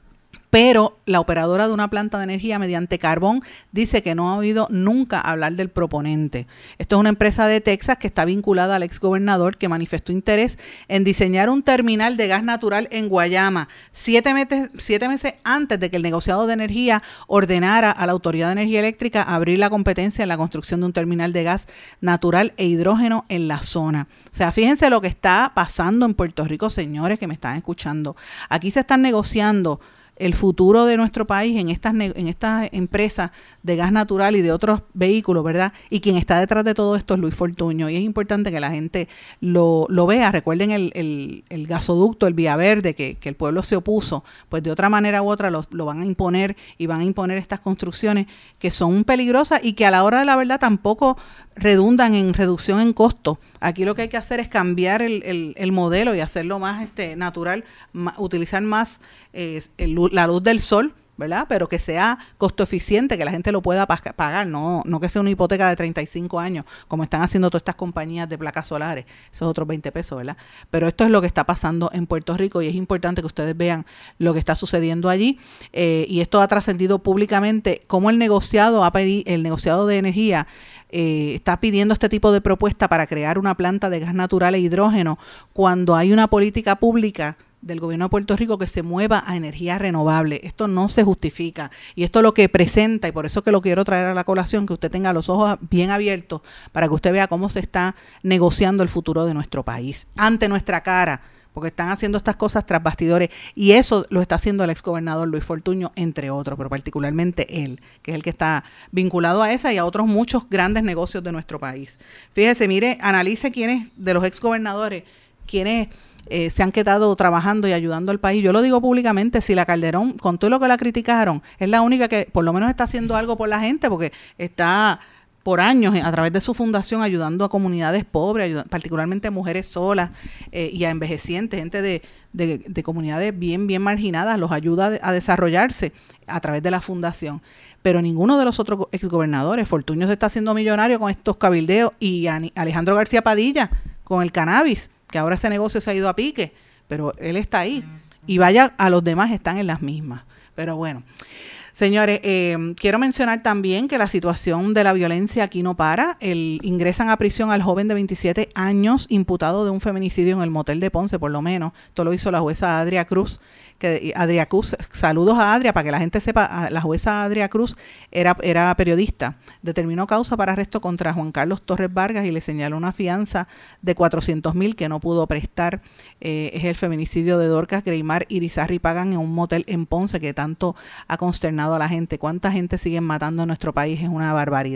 pero la operadora de una planta de energía mediante carbón dice que no ha oído nunca hablar del proponente. Esto es una empresa de Texas que está vinculada al exgobernador, que manifestó interés en diseñar un terminal de gas natural en Guayama, siete meses, siete meses antes de que el negociado de energía ordenara a la Autoridad de Energía Eléctrica abrir la competencia en la construcción de un terminal de gas natural e hidrógeno en la zona. O sea, fíjense lo que está pasando en Puerto Rico, señores que me están escuchando. Aquí se están negociando el futuro de nuestro país en estas en estas empresas de gas natural y de otros vehículos, ¿verdad? Y quien está detrás de todo esto es Luis Fortuño, y es importante que la gente lo, lo vea. Recuerden el, el, el gasoducto, el Vía Verde, que, que el pueblo se opuso, pues de otra manera u otra lo, lo van a imponer, y van a imponer estas construcciones que son peligrosas y que a la hora de la verdad tampoco redundan en reducción en costo. Aquí lo que hay que hacer es cambiar el, el, el modelo y hacerlo más este natural, más, utilizar más eh, el, la luz del sol, ¿verdad? Pero que sea costo eficiente, que la gente lo pueda pagar, no, no que sea una hipoteca de treinta y cinco años, como están haciendo todas estas compañías de placas solares, esos otros veinte pesos, ¿verdad? Pero esto es lo que está pasando en Puerto Rico, y es importante que ustedes vean lo que está sucediendo allí, eh, y esto ha trascendido públicamente, cómo el negociado, ha pedido, el negociado de energía eh, está pidiendo este tipo de propuesta para crear una planta de gas natural e hidrógeno, cuando hay una política pública del gobierno de Puerto Rico que se mueva a energía renovable. Esto no se justifica, y esto es lo que presenta, y por eso que lo quiero traer a la colación, que usted tenga los ojos bien abiertos para que usted vea cómo se está negociando el futuro de nuestro país ante nuestra cara, porque están haciendo estas cosas tras bastidores, y eso lo está haciendo el exgobernador Luis Fortuño, entre otros, pero particularmente él, que es el que está vinculado a esa y a otros muchos grandes negocios de nuestro país. Fíjese, mire, analice quiénes de los exgobernadores, quiénes Eh, se han quedado trabajando y ayudando al país. Yo lo digo públicamente, si la Calderón, con todo lo que la criticaron, es la única que por lo menos está haciendo algo por la gente, porque está por años a través de su fundación ayudando a comunidades pobres, ayudando, particularmente a mujeres solas eh, y a envejecientes, gente de, de, de comunidades bien, bien marginadas, los ayuda a desarrollarse a través de la fundación. Pero ninguno de los otros exgobernadores. Fortuño se está haciendo millonario con estos cabildeos, y Alejandro García Padilla con el cannabis, que ahora ese negocio se ha ido a pique, pero él está ahí, y vaya, a los demás están en las mismas. Pero bueno, señores, eh, quiero mencionar también que la situación de la violencia aquí no para. El, ingresan a prisión al joven de veintisiete años imputado de un feminicidio en el motel de Ponce, por lo menos. Esto lo hizo la jueza Adria Cruz. Que Adria Cruz, saludos a Adria, para que la gente sepa, la jueza Adria Cruz era, era periodista. Determinó causa para arresto contra Juan Carlos Torres Vargas y le señaló una fianza de cuatrocientos mil que no pudo prestar. Eh, es el feminicidio de Dorcas Greymar Irizarry Pagan en un motel en Ponce, que tanto ha consternado a la gente. ¿Cuánta gente siguen matando en nuestro país? Es una barbaridad.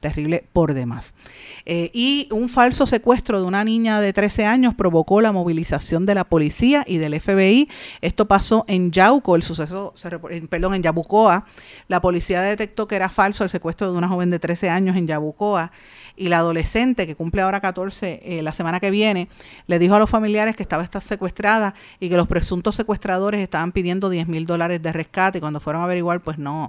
terrible por demás. Eh, y un falso secuestro de una niña de trece años provocó la movilización de la policía y del F B I. Esto pasó en Yauco, el suceso, se, perdón, en Yabucoa. La policía detectó que era falso el secuestro de una joven de trece años en Yabucoa, y la adolescente, que cumple ahora catorce eh, la semana que viene, le dijo a los familiares que estaba esta secuestrada y que los presuntos secuestradores estaban pidiendo diez mil dólares de rescate, y cuando fueron a averiguar, pues no,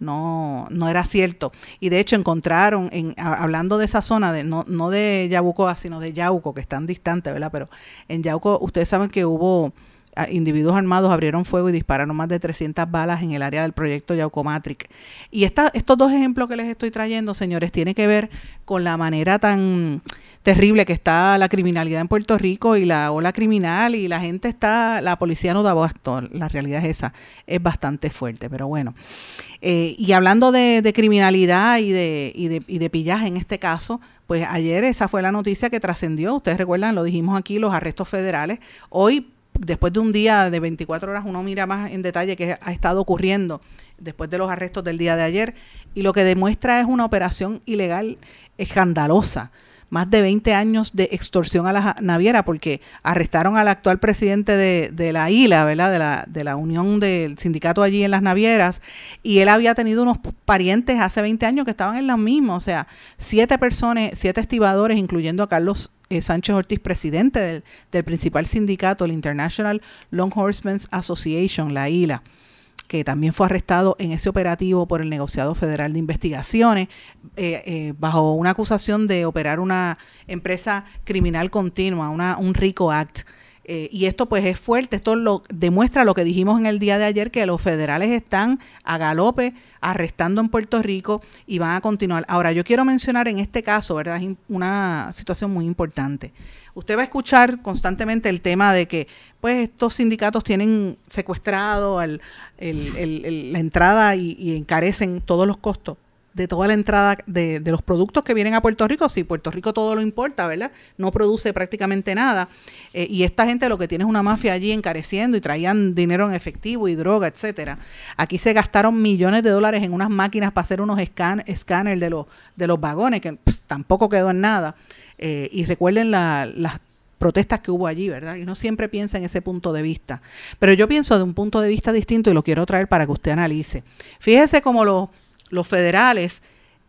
no, no era cierto. Y de hecho encontraron, en, hablando de esa zona, de no, no de Yabucoa, sino de Yauco, que están distantes, ¿verdad? Pero en Yauco, ustedes saben que hubo individuos armados abrieron fuego y dispararon más de trescientas balas en el área del proyecto Yaucomatric. Y esta, estos dos ejemplos que les estoy trayendo, señores, tienen que ver con la manera tan terrible que está la criminalidad en Puerto Rico y la ola criminal, y la gente está, la policía no da abasto. La realidad es esa, es bastante fuerte, pero bueno. Eh, y hablando de, de criminalidad y de, y, de, y de pillaje en este caso, pues ayer esa fue la noticia que trascendió. Ustedes recuerdan, lo dijimos aquí, los arrestos federales. Hoy, después de un día de veinticuatro horas, uno mira más en detalle qué ha estado ocurriendo después de los arrestos del día de ayer, y lo que demuestra es una operación ilegal escandalosa. Más de veinte años de extorsión a la naviera, porque arrestaron al actual presidente de, de la I L A, ¿verdad? De la, de la unión del sindicato allí en las navieras, y él había tenido unos parientes hace veinte años que estaban en las mismas, o sea, siete personas, siete estibadores, incluyendo a Carlos Eh, Sánchez Ortiz, presidente del, del principal sindicato, el International Long Horsemen's Association, la I L A, que también fue arrestado en ese operativo por el negociado federal de investigaciones, eh, eh, bajo una acusación de operar una empresa criminal continua, una, un RICO Act. Eh, y esto pues es fuerte, esto lo demuestra lo que dijimos en el día de ayer, que los federales están a galope arrestando en Puerto Rico y van a continuar. Ahora, yo quiero mencionar en este caso, ¿verdad? Es una situación muy importante. Usted va a escuchar constantemente el tema de que pues estos sindicatos tienen secuestrado el, el, el, el, la entrada y, y encarecen todos los costos de toda la entrada de, de los productos que vienen a Puerto Rico. Si Puerto Rico todo lo importa, ¿verdad? No produce prácticamente nada. Eh, y esta gente lo que tiene es una mafia allí encareciendo, y traían dinero en efectivo y droga, etcétera. Aquí se gastaron millones de dólares en unas máquinas para hacer unos scan, escáneres de los, de los vagones, que pues, tampoco quedó en nada. Eh, y recuerden la, las protestas que hubo allí, ¿verdad? Y uno siempre piensa en ese punto de vista. Pero yo pienso de un punto de vista distinto, y lo quiero traer para que usted analice. Fíjese cómo los los federales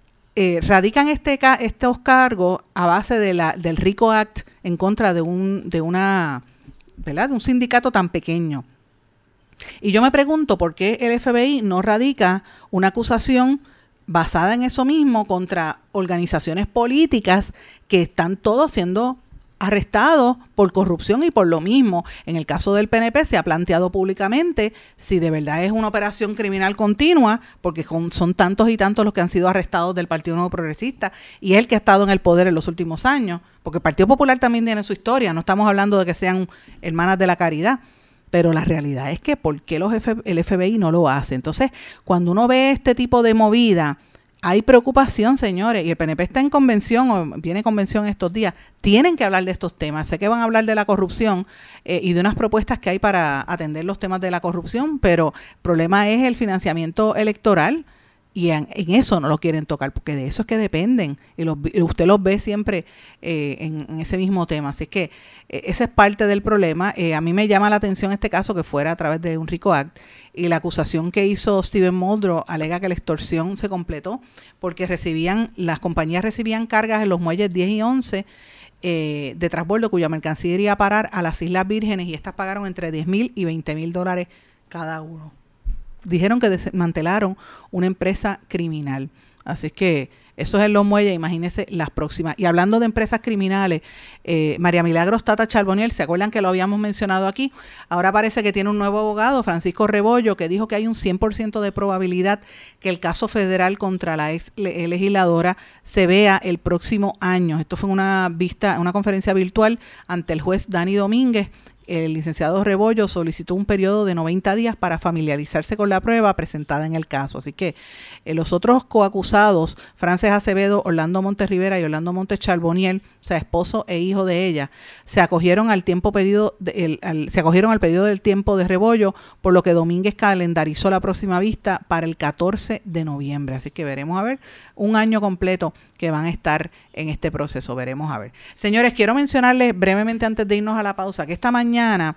eh, radican este estos cargos a base de la del RICO Act en contra de un de una ¿verdad? de un sindicato tan pequeño. Y yo me pregunto por qué el F B I no radica una acusación basada en eso mismo contra organizaciones políticas que están todos siendo arrestados por corrupción y por lo mismo. En el caso del P N P se ha planteado públicamente si de verdad es una operación criminal continua, porque con, son tantos y tantos los que han sido arrestados del Partido Nuevo Progresista, y es el que ha estado en el poder en los últimos años, porque el Partido Popular también tiene su historia, no estamos hablando de que sean hermanas de la caridad, pero la realidad es que ¿por qué los F, el F B I no lo hace? Entonces, cuando uno ve este tipo de movida, hay preocupación, señores, y el P N P está en convención, o viene convención estos días, tienen que hablar de estos temas. Sé que van a hablar de la corrupción eh, y de unas propuestas que hay para atender los temas de la corrupción, pero el problema es el financiamiento electoral, y en, en eso no lo quieren tocar, porque de eso es que dependen, y, los, y usted los ve siempre eh, en, en ese mismo tema. Así que eh, esa es parte del problema. Eh, a mí me llama la atención este caso que fuera a través de un RICO Act, y la acusación que hizo Steven Muldrow alega que la extorsión se completó porque recibían las compañías recibían cargas en los muelles diez y once eh, de transbordo, cuya mercancía iría a parar a las Islas Vírgenes, y estas pagaron entre diez mil y veinte mil dólares cada uno. Dijeron que desmantelaron una empresa criminal. Así que eso es en los muelles, imagínense las próximas. Y hablando de empresas criminales, eh, María Milagros Tata Charboniel, ¿se acuerdan que lo habíamos mencionado aquí? Ahora parece que tiene un nuevo abogado, Francisco Rebollo, que dijo que hay un cien por ciento de probabilidad que el caso federal contra la ex legisladora se vea el próximo año. Esto fue una vista, una conferencia virtual ante el juez Dani Domínguez, el licenciado Rebollo solicitó un periodo de noventa días para familiarizarse con la prueba presentada en el caso. Así que eh, los otros coacusados, Frances Acevedo, Orlando Montes Rivera y Orlando Montes Charboniel, o sea, esposo e hijo de ella, se acogieron al tiempo pedido, de, el, al, se acogieron al pedido del tiempo de Rebollo, por lo que Domínguez calendarizó la próxima vista para el catorce de noviembre. Así que veremos a ver un año completo que van a estar en este proceso. Veremos a ver. Señores, quiero mencionarles brevemente antes de irnos a la pausa que esta mañana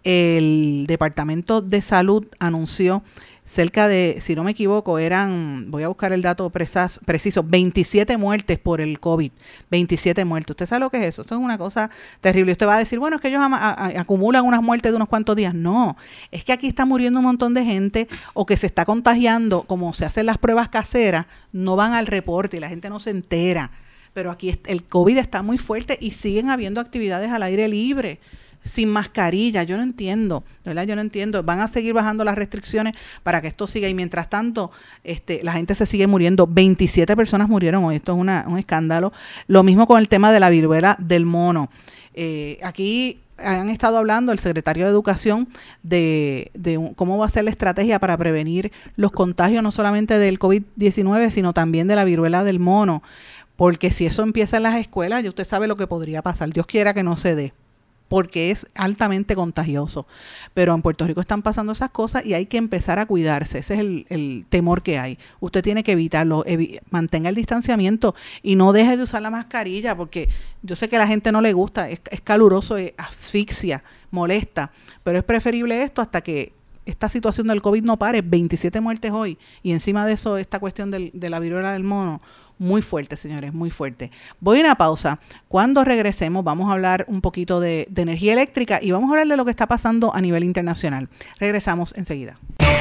el Departamento de Salud anunció cerca de, si no me equivoco, eran, voy a buscar el dato presas, preciso, veintisiete muertes por el COVID. veintisiete muertes. ¿Usted sabe lo que es eso? Esto es una cosa terrible. Usted va a decir, bueno, es que ellos a, a, acumulan unas muertes de unos cuantos días. No, es que aquí está muriendo un montón de gente o que se está contagiando, como se hacen las pruebas caseras, no van al reporte y la gente no se entera. Pero aquí el COVID está muy fuerte y siguen habiendo actividades al aire libre, sin mascarilla. Yo no entiendo, ¿verdad? Yo no entiendo. Van a seguir bajando las restricciones para que esto siga y mientras tanto este, la gente se sigue muriendo. veintisiete personas murieron hoy. Esto es una, un escándalo. Lo mismo con el tema de la viruela del mono. Eh, aquí han estado hablando el secretario de Educación de, de cómo va a ser la estrategia para prevenir los contagios no solamente del COVID diecinueve, sino también de la viruela del mono. Porque si eso empieza en las escuelas, ya usted sabe lo que podría pasar. Dios quiera que no se dé, porque es altamente contagioso. Pero en Puerto Rico están pasando esas cosas y hay que empezar a cuidarse. Ese es el, el temor que hay. Usted tiene que evitarlo, evi- mantenga el distanciamiento y no deje de usar la mascarilla, porque yo sé que a la gente no le gusta, es, es caluroso, es asfixia, molesta, pero es preferible esto hasta que esta situación del COVID no pare. veintisiete muertes hoy y encima de eso esta cuestión del, de la viruela del mono. Muy fuerte, señores, muy fuerte. Voy a una pausa. Cuando regresemos vamos a hablar un poquito de, de energía eléctrica y vamos a hablar de lo que está pasando a nivel internacional. Regresamos enseguida.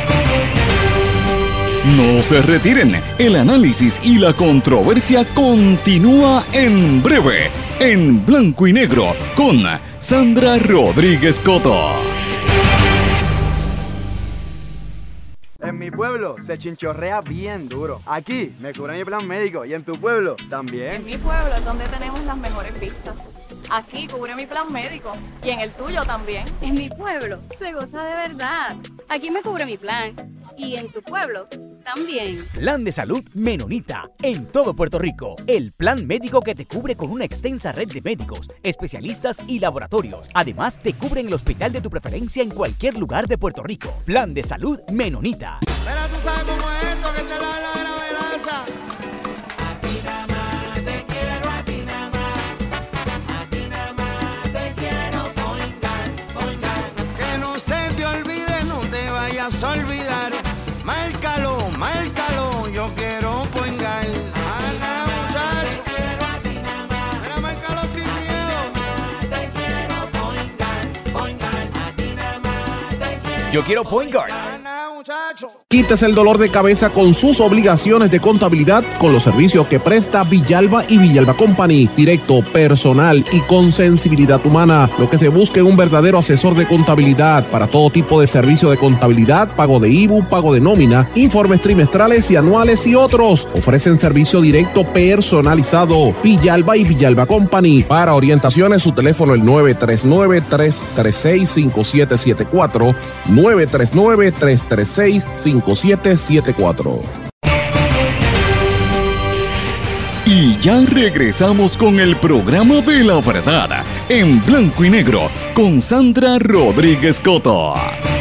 No se retiren, el análisis y la controversia continúa en breve, en Blanco y Negro, con Sandra Rodríguez Coto. En mi pueblo se chinchorrea bien duro. Aquí me cubre mi plan médico y en tu pueblo también. En mi pueblo es donde tenemos las mejores vistas. Aquí cubre mi plan médico y en el tuyo también. En mi pueblo se goza de verdad. Aquí me cubre mi plan y en tu pueblo también. Plan de Salud Menonita en todo Puerto Rico. El plan médico que te cubre con una extensa red de médicos, especialistas y laboratorios. Además, te cubre en el hospital de tu preferencia en cualquier lugar de Puerto Rico. Plan de Salud Menonita. Pero tú sabes cómo es esto, que te la la gravelaza. A ti nada más te quiero, a ti nada más. A ti nada más te quiero, Poingar, Poingar. Que no se te olvide, no te vayas a olvidar. Márcalo, márcalo, yo quiero Poingar. Ana, muchacho, te quiero a ti nada más. Mira, márcalo sin miedo. Te quiero Poingar, Poingar. A ti nada más te quiero. Yo quiero Poingar. Quítese el dolor de cabeza con sus obligaciones de contabilidad con los servicios que presta Villalba y Villalba Company. Directo, personal y con sensibilidad humana. Lo que se busca en un verdadero asesor de contabilidad para todo tipo de servicio de contabilidad, pago de I B U, pago de nómina, informes trimestrales y anuales y otros. Ofrecen servicio directo personalizado. Villalba y Villalba Company. Para orientaciones, su teléfono el nueve tres nueve, tres tres seis, cinco siete siete cuatro, nueve tres nueve, tres tres seis, cinco siete siete cuatro. Y ya regresamos con el programa de la verdad, en Blanco y Negro, con Sandra Rodríguez Coto.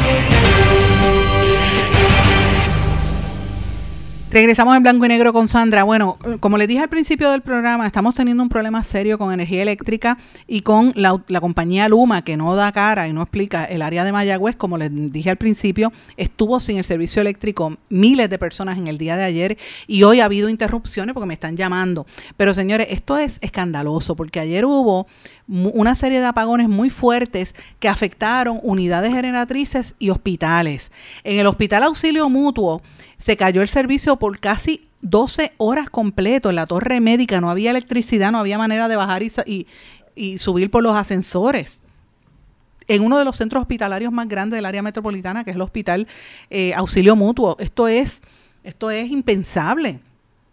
Regresamos en Blanco y Negro con Sandra. Bueno, como les dije al principio del programa, estamos teniendo un problema serio con energía eléctrica y con la, la compañía Luma, que no da cara y no explica. El área de Mayagüez, como les dije al principio, estuvo sin el servicio eléctrico miles de personas en el día de ayer y hoy ha habido interrupciones porque me están llamando. Pero señores, esto es escandaloso porque ayer hubo una serie de apagones muy fuertes que afectaron unidades generatrices y hospitales. En el Hospital Auxilio Mutuo se cayó el servicio por casi doce horas completo. En la torre médica no había electricidad, no había manera de bajar y, y, y subir por los ascensores. En uno de los centros hospitalarios más grandes del área metropolitana, que es el Hospital eh, Auxilio Mutuo. Esto es, esto es impensable.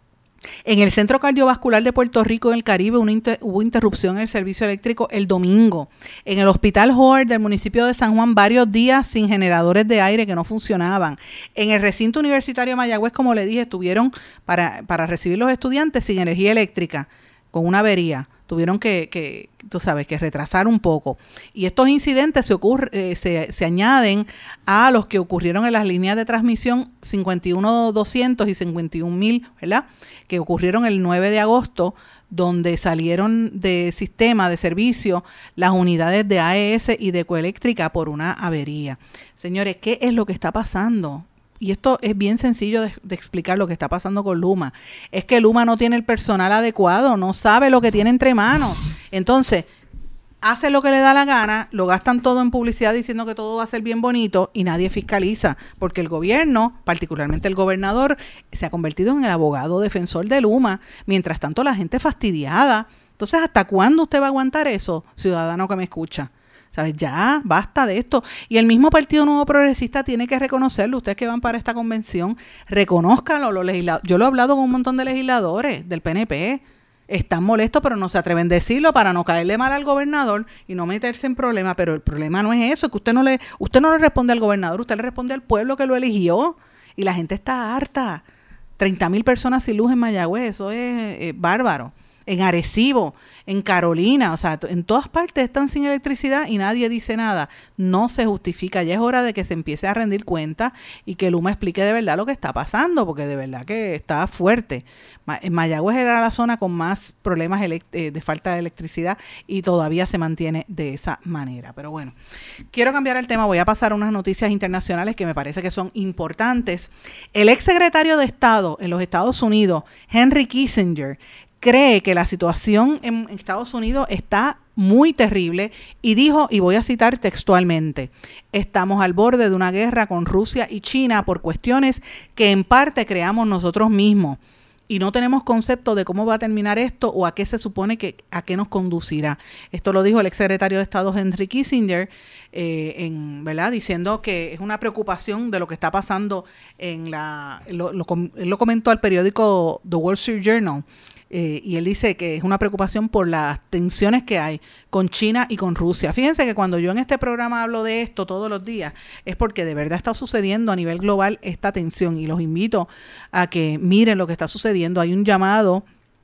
En el Centro Cardiovascular de Puerto Rico, en el Caribe, una inter- hubo interrupción en el servicio eléctrico el domingo. En el Hospital Howard del municipio de San Juan, varios días sin generadores de aire que no funcionaban. En el recinto universitario de Mayagüez, como le dije, estuvieron para, para recibir los estudiantes sin energía eléctrica, con una avería. Tuvieron que, que, tú sabes, que retrasar un poco. Y estos incidentes se, ocurre, eh, se, se añaden a los que ocurrieron en las líneas de transmisión cincuenta y uno doscientos y cincuenta y un mil, ¿verdad?, que ocurrieron el nueve de agosto, donde salieron de sistema de servicio las unidades de A E S y de Ecoeléctrica por una avería. Señores, ¿qué es lo que está pasando? Y esto es bien sencillo de, de explicar lo que está pasando con Luma. Es que Luma no tiene el personal adecuado, no sabe lo que tiene entre manos. Entonces, hace lo que le da la gana, lo gastan todo en publicidad diciendo que todo va a ser bien bonito y nadie fiscaliza, porque el gobierno, particularmente el gobernador, se ha convertido en el abogado defensor de Luma. Mientras tanto, la gente fastidiada. Entonces, ¿hasta cuándo usted va a aguantar eso, ciudadano que me escucha? ¿Sabes? Ya, basta de esto. Y el mismo Partido Nuevo Progresista tiene que reconocerlo. Ustedes que van para esta convención, reconózcanlo. Los legisladores. Yo lo he hablado con un montón de legisladores del P N P. Están molestos, pero no se atreven a decirlo para no caerle mal al gobernador y no meterse en problemas. Pero el problema no es eso, que usted no le, usted no le responde al gobernador, usted le responde al pueblo que lo eligió. Y la gente está harta. treinta mil personas sin luz en Mayagüez, eso es eh, bárbaro. En Arecibo, en Carolina, o sea, en todas partes están sin electricidad y nadie dice nada. No se justifica. Ya es hora de que se empiece a rendir cuenta y que Luma explique de verdad lo que está pasando, porque de verdad que está fuerte. En Mayagüez era la zona con más problemas de falta de electricidad y todavía se mantiene de esa manera. Pero bueno, quiero cambiar el tema. Voy a pasar a unas noticias internacionales que me parece que son importantes. El exsecretario de Estado en los Estados Unidos, Henry Kissinger, cree que la situación en Estados Unidos está muy terrible y dijo, y voy a citar textualmente, estamos al borde de una guerra con Rusia y China por cuestiones que en parte creamos nosotros mismos y no tenemos concepto de cómo va a terminar esto o a qué se supone que a qué nos conducirá. Esto lo dijo el exsecretario de Estado Henry Kissinger, eh, en, ¿verdad?, diciendo que es una preocupación de lo que está pasando en la, lo, lo, él lo comentó al periódico The Wall Street Journal. Eh, y él dice que es una preocupación por las tensiones que hay con China y con Rusia. Fíjense que cuando yo en este programa hablo de esto todos los días, es porque de verdad está sucediendo a nivel global esta tensión y los invito a que miren lo que está sucediendo. Hay un llamado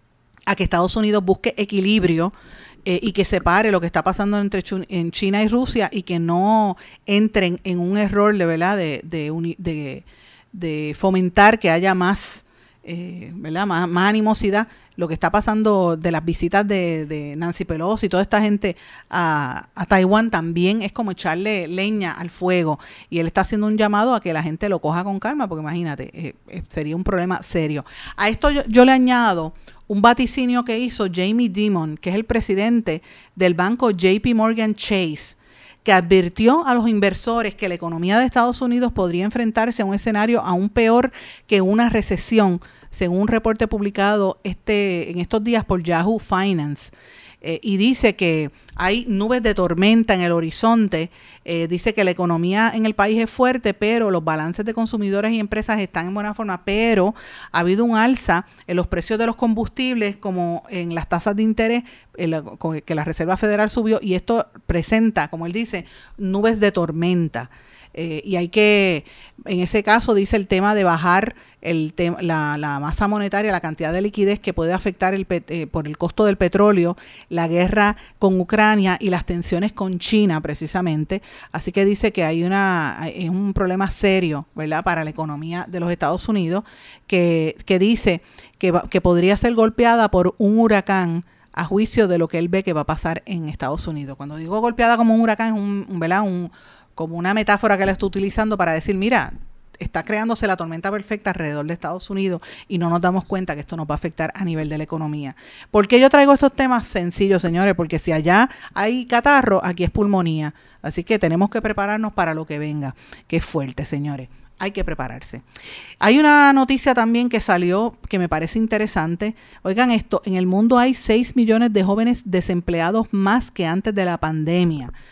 a que Estados Unidos busque equilibrio eh, y que separe lo que está pasando entre Ch- en China y Rusia y que no entren en un error de, ¿verdad?, de, de, uni- de, de fomentar que haya más, eh, ¿verdad?, más, más animosidad. Lo que está pasando de las visitas de, de Nancy Pelosi y toda esta gente a, a Taiwán también es como echarle leña al fuego. Y él está haciendo un llamado a que la gente lo coja con calma, porque imagínate, eh, eh, sería un problema serio. A esto yo, yo le añado un vaticinio que hizo Jamie Dimon, que es el presidente del banco J P Morgan Chase, que advirtió a los inversores que la economía de Estados Unidos podría enfrentarse a un escenario aún peor que una recesión, según un reporte publicado este en estos días por Yahoo Finance. Eh, y dice que hay nubes de tormenta en el horizonte. Eh, dice que la economía en el país es fuerte, pero los balances de consumidores y empresas están en buena forma, pero ha habido un alza en los precios de los combustibles, como en las tasas de interés, el, que la Reserva Federal subió, y esto presenta, como él dice, nubes de tormenta. Eh, y hay que, en ese caso, dice el tema de bajar el tema, la, la masa monetaria, la cantidad de liquidez que puede afectar el, eh, por el costo del petróleo, la guerra con Ucrania y las tensiones con China, precisamente. Así que dice que hay una es un problema serio, ¿verdad?, para la economía de los Estados Unidos, que, que dice que, va, que podría ser golpeada por un huracán, a juicio de lo que él ve que va a pasar en Estados Unidos. Cuando digo golpeada como un huracán, es un, un, ¿verdad?, un como una metáfora que él está utilizando para decir, mira, está creándose la tormenta perfecta alrededor de Estados Unidos y no nos damos cuenta que esto nos va a afectar a nivel de la economía. ¿Por qué yo traigo estos temas sencillos, señores? Porque si allá hay catarro, aquí es pulmonía. Así que tenemos que prepararnos para lo que venga, que es fuerte, señores. Hay que prepararse. Hay una noticia también que salió que me parece interesante. Oigan esto, en el mundo hay seis millones de jóvenes desempleados más que antes de la pandemia.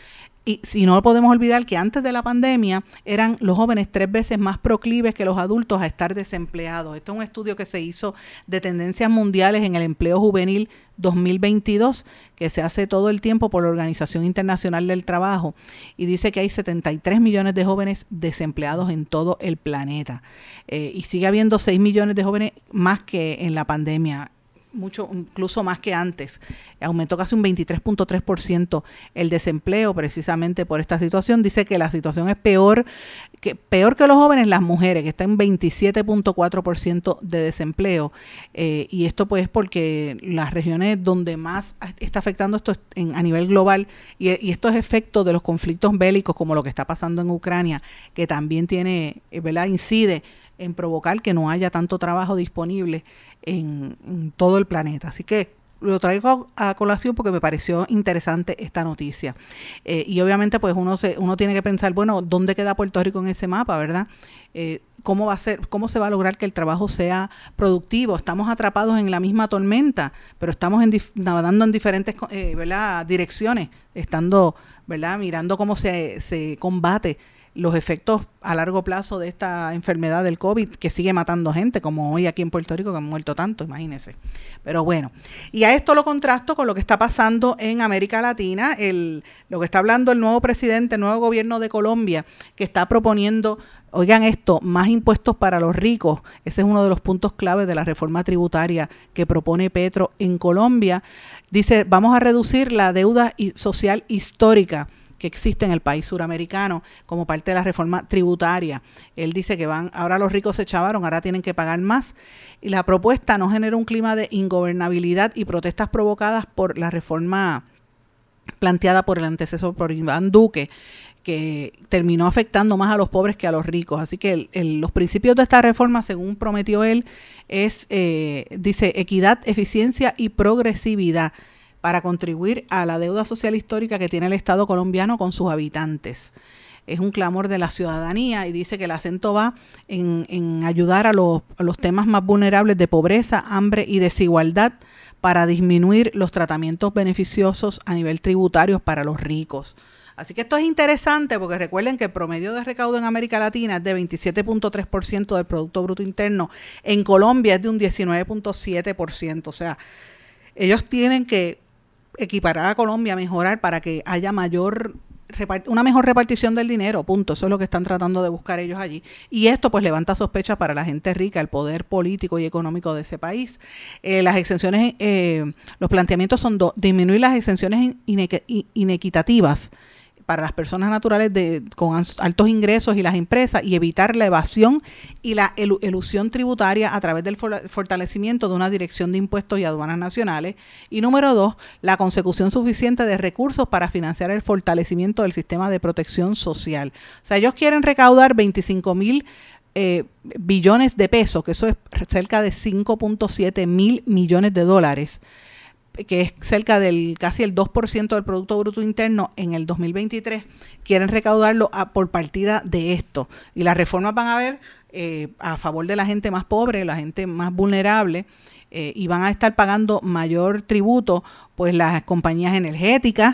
y si no podemos olvidar que antes de la pandemia eran los jóvenes tres veces más proclives que los adultos a estar desempleados. Esto es un estudio que se hizo de tendencias mundiales en el empleo juvenil dos mil veintidós, que se hace todo el tiempo por la Organización Internacional del Trabajo, y dice que hay setenta y tres millones de jóvenes desempleados en todo el planeta. Eh, y sigue habiendo seis millones de jóvenes más que en la pandemia, mucho, incluso más que antes. Aumentó casi un veintitrés punto tres por ciento el desempleo precisamente por esta situación. Dice que la situación es peor que peor que los jóvenes, las mujeres, que están en veintisiete punto cuatro por ciento de desempleo. Eh, y esto pues porque las regiones donde más está afectando esto en, a nivel global, y, y esto es efecto de los conflictos bélicos como lo que está pasando en Ucrania, que también tiene, ¿verdad?, incide en provocar que no haya tanto trabajo disponible en, en todo el planeta. Así que lo traigo a colación porque me pareció interesante esta noticia. Eh, y obviamente pues uno se, uno tiene que pensar, bueno, ¿dónde queda Puerto Rico en ese mapa, verdad? Eh, ¿Cómo va a ser, cómo se va a lograr que el trabajo sea productivo? Estamos atrapados en la misma tormenta, pero estamos en dif- nadando en diferentes eh, ¿verdad?, direcciones, estando, ¿verdad?, mirando cómo se, se combate los efectos a largo plazo de esta enfermedad del COVID, que sigue matando gente, como hoy aquí en Puerto Rico, que han muerto tanto, imagínense. Pero bueno, y a esto lo contrasto con lo que está pasando en América Latina, el, lo que está hablando el nuevo presidente, el nuevo gobierno de Colombia, que está proponiendo, oigan esto, más impuestos para los ricos. Ese es uno de los puntos claves de la reforma tributaria que propone Petro en Colombia. Dice, vamos a reducir la deuda social histórica que existe en el país suramericano como parte de la reforma tributaria. Él dice que van, ahora los ricos se chavaron, ahora tienen que pagar más. Y la propuesta no genera un clima de ingobernabilidad y protestas provocadas por la reforma planteada por el antecesor, por Iván Duque, que terminó afectando más a los pobres que a los ricos. Así que el, el, los principios de esta reforma, según prometió él, es, eh, dice, equidad, eficiencia y progresividad, para contribuir a la deuda social histórica que tiene el Estado colombiano con sus habitantes. Es un clamor de la ciudadanía y dice que el acento va en, en ayudar a los, a los temas más vulnerables de pobreza, hambre y desigualdad para disminuir los tratamientos beneficiosos a nivel tributario para los ricos. Así que esto es interesante porque recuerden que el promedio de recaudo en América Latina es de veintisiete punto tres por ciento del Producto Bruto Interno. En Colombia es de un diecinueve punto siete por ciento. O sea, ellos tienen que equiparar a Colombia, mejorar para que haya mayor una mejor repartición del dinero, punto. Eso es lo que están tratando de buscar ellos allí. Y esto pues levanta sospechas para la gente rica, el poder político y económico de ese país. Eh, las exenciones, eh, los planteamientos son dos: disminuir las exenciones inequ- inequitativas para las personas naturales de, con altos ingresos y las empresas, y evitar la evasión y la elu- elusión tributaria a través del for- fortalecimiento de una dirección de impuestos y aduanas nacionales. Y número dos, la consecución suficiente de recursos para financiar el fortalecimiento del sistema de protección social. O sea, ellos quieren recaudar veinticinco mil eh, billones de pesos, que eso es cerca de cinco punto siete mil millones de dólares, que es cerca del casi el dos por ciento del Producto Bruto Interno en el dos mil veintitrés, quieren recaudarlo a, por partida de esto. Y las reformas van a ver eh, a favor de la gente más pobre, la gente más vulnerable, eh, y van a estar pagando mayor tributo, pues las compañías energéticas,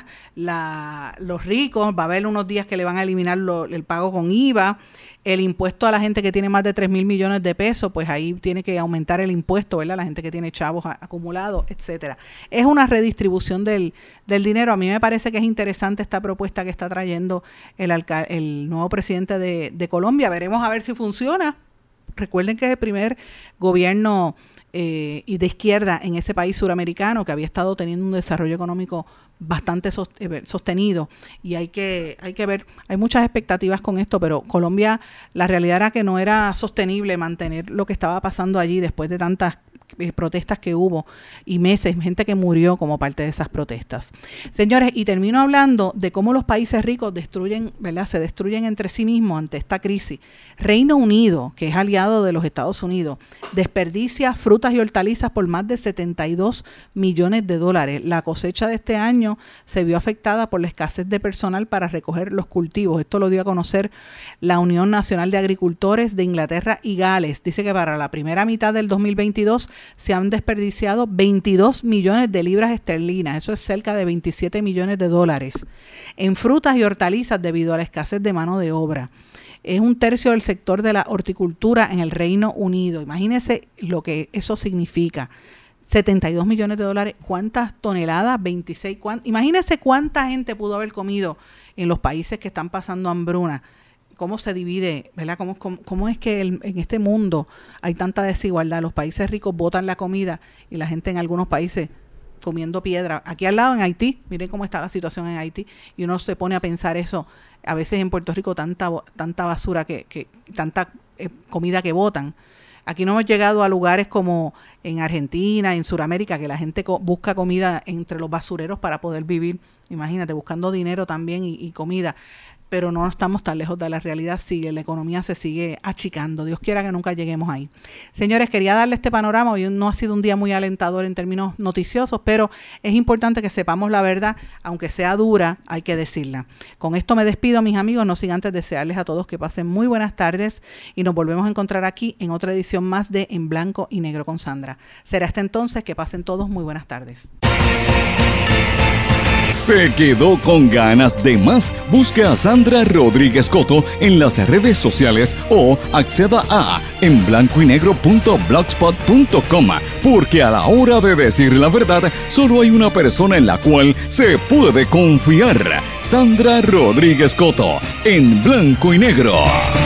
la, los ricos, va a haber unos días que le van a eliminar lo, el pago con I V A, el impuesto a la gente que tiene más de tres mil millones de pesos, pues ahí tiene que aumentar el impuesto, ¿verdad? La gente que tiene chavos a, acumulados, etcétera. Es una redistribución del, del dinero. A mí me parece que es interesante esta propuesta que está trayendo el, alca- el nuevo presidente de, de Colombia. Veremos a ver si funciona. Recuerden que es el primer gobierno eh, y de izquierda en ese país suramericano que había estado teniendo un desarrollo económico bastante sostenido, y hay que hay que ver, hay muchas expectativas con esto, pero Colombia, la realidad era que no era sostenible mantener lo que estaba pasando allí después de tantas eh, protestas que hubo y meses, gente que murió como parte de esas protestas. Señores, y termino hablando de cómo los países ricos destruyen, ¿verdad? Se destruyen entre sí mismos ante esta crisis. Reino Unido, que es aliado de los Estados Unidos, desperdicia frutas y hortalizas por más de setenta y dos millones de dólares. La cosecha de este año se vio afectada por la escasez de personal para recoger los cultivos. Esto lo dio a conocer la Unión Nacional de Agricultores de Inglaterra y Gales. Dice que para la primera mitad del dos mil veintidós se han desperdiciado veintidós millones de libras esterlinas, eso es cerca de veintisiete millones de dólares, en frutas y hortalizas debido a la escasez de mano de obra. Es un tercio del sector de la horticultura en el Reino Unido. Imagínense lo que eso significa. setenta y dos millones de dólares, ¿cuántas toneladas? veintiséis, ¿cuán? Imagínense cuánta gente pudo haber comido en los países que están pasando hambruna. ¿Cómo se divide, verdad? ¿Cómo, cómo, cómo es que el, en este mundo hay tanta desigualdad? Los países ricos botan la comida y la gente en algunos países comiendo piedra. Aquí al lado en Haití, miren cómo está la situación en Haití, y uno se pone a pensar eso. A veces en Puerto Rico tanta tanta basura, que, que tanta eh, comida que botan. Aquí no hemos llegado a lugares como en Argentina, en Sudamérica, que la gente co- busca comida entre los basureros para poder vivir. Imagínate, buscando dinero también y, y comida. Pero no estamos tan lejos de la realidad, sigue, la economía se sigue achicando. Dios quiera que nunca lleguemos ahí. Señores, quería darle este panorama. Hoy no ha sido un día muy alentador en términos noticiosos, pero es importante que sepamos la verdad, aunque sea dura, hay que decirla. Con esto me despido, mis amigos, no sin antes desearles a todos que pasen muy buenas tardes y nos volvemos a encontrar aquí en otra edición más de En Blanco y Negro con Sandra. Será hasta entonces, que pasen todos muy buenas tardes. ¿Se quedó con ganas de más? Busque a Sandra Rodríguez Coto en las redes sociales o acceda a en blanco y negro punto blogspot punto com, porque a la hora de decir la verdad, solo hay una persona en la cual se puede confiar. Sandra Rodríguez Coto, en Blanco y Negro.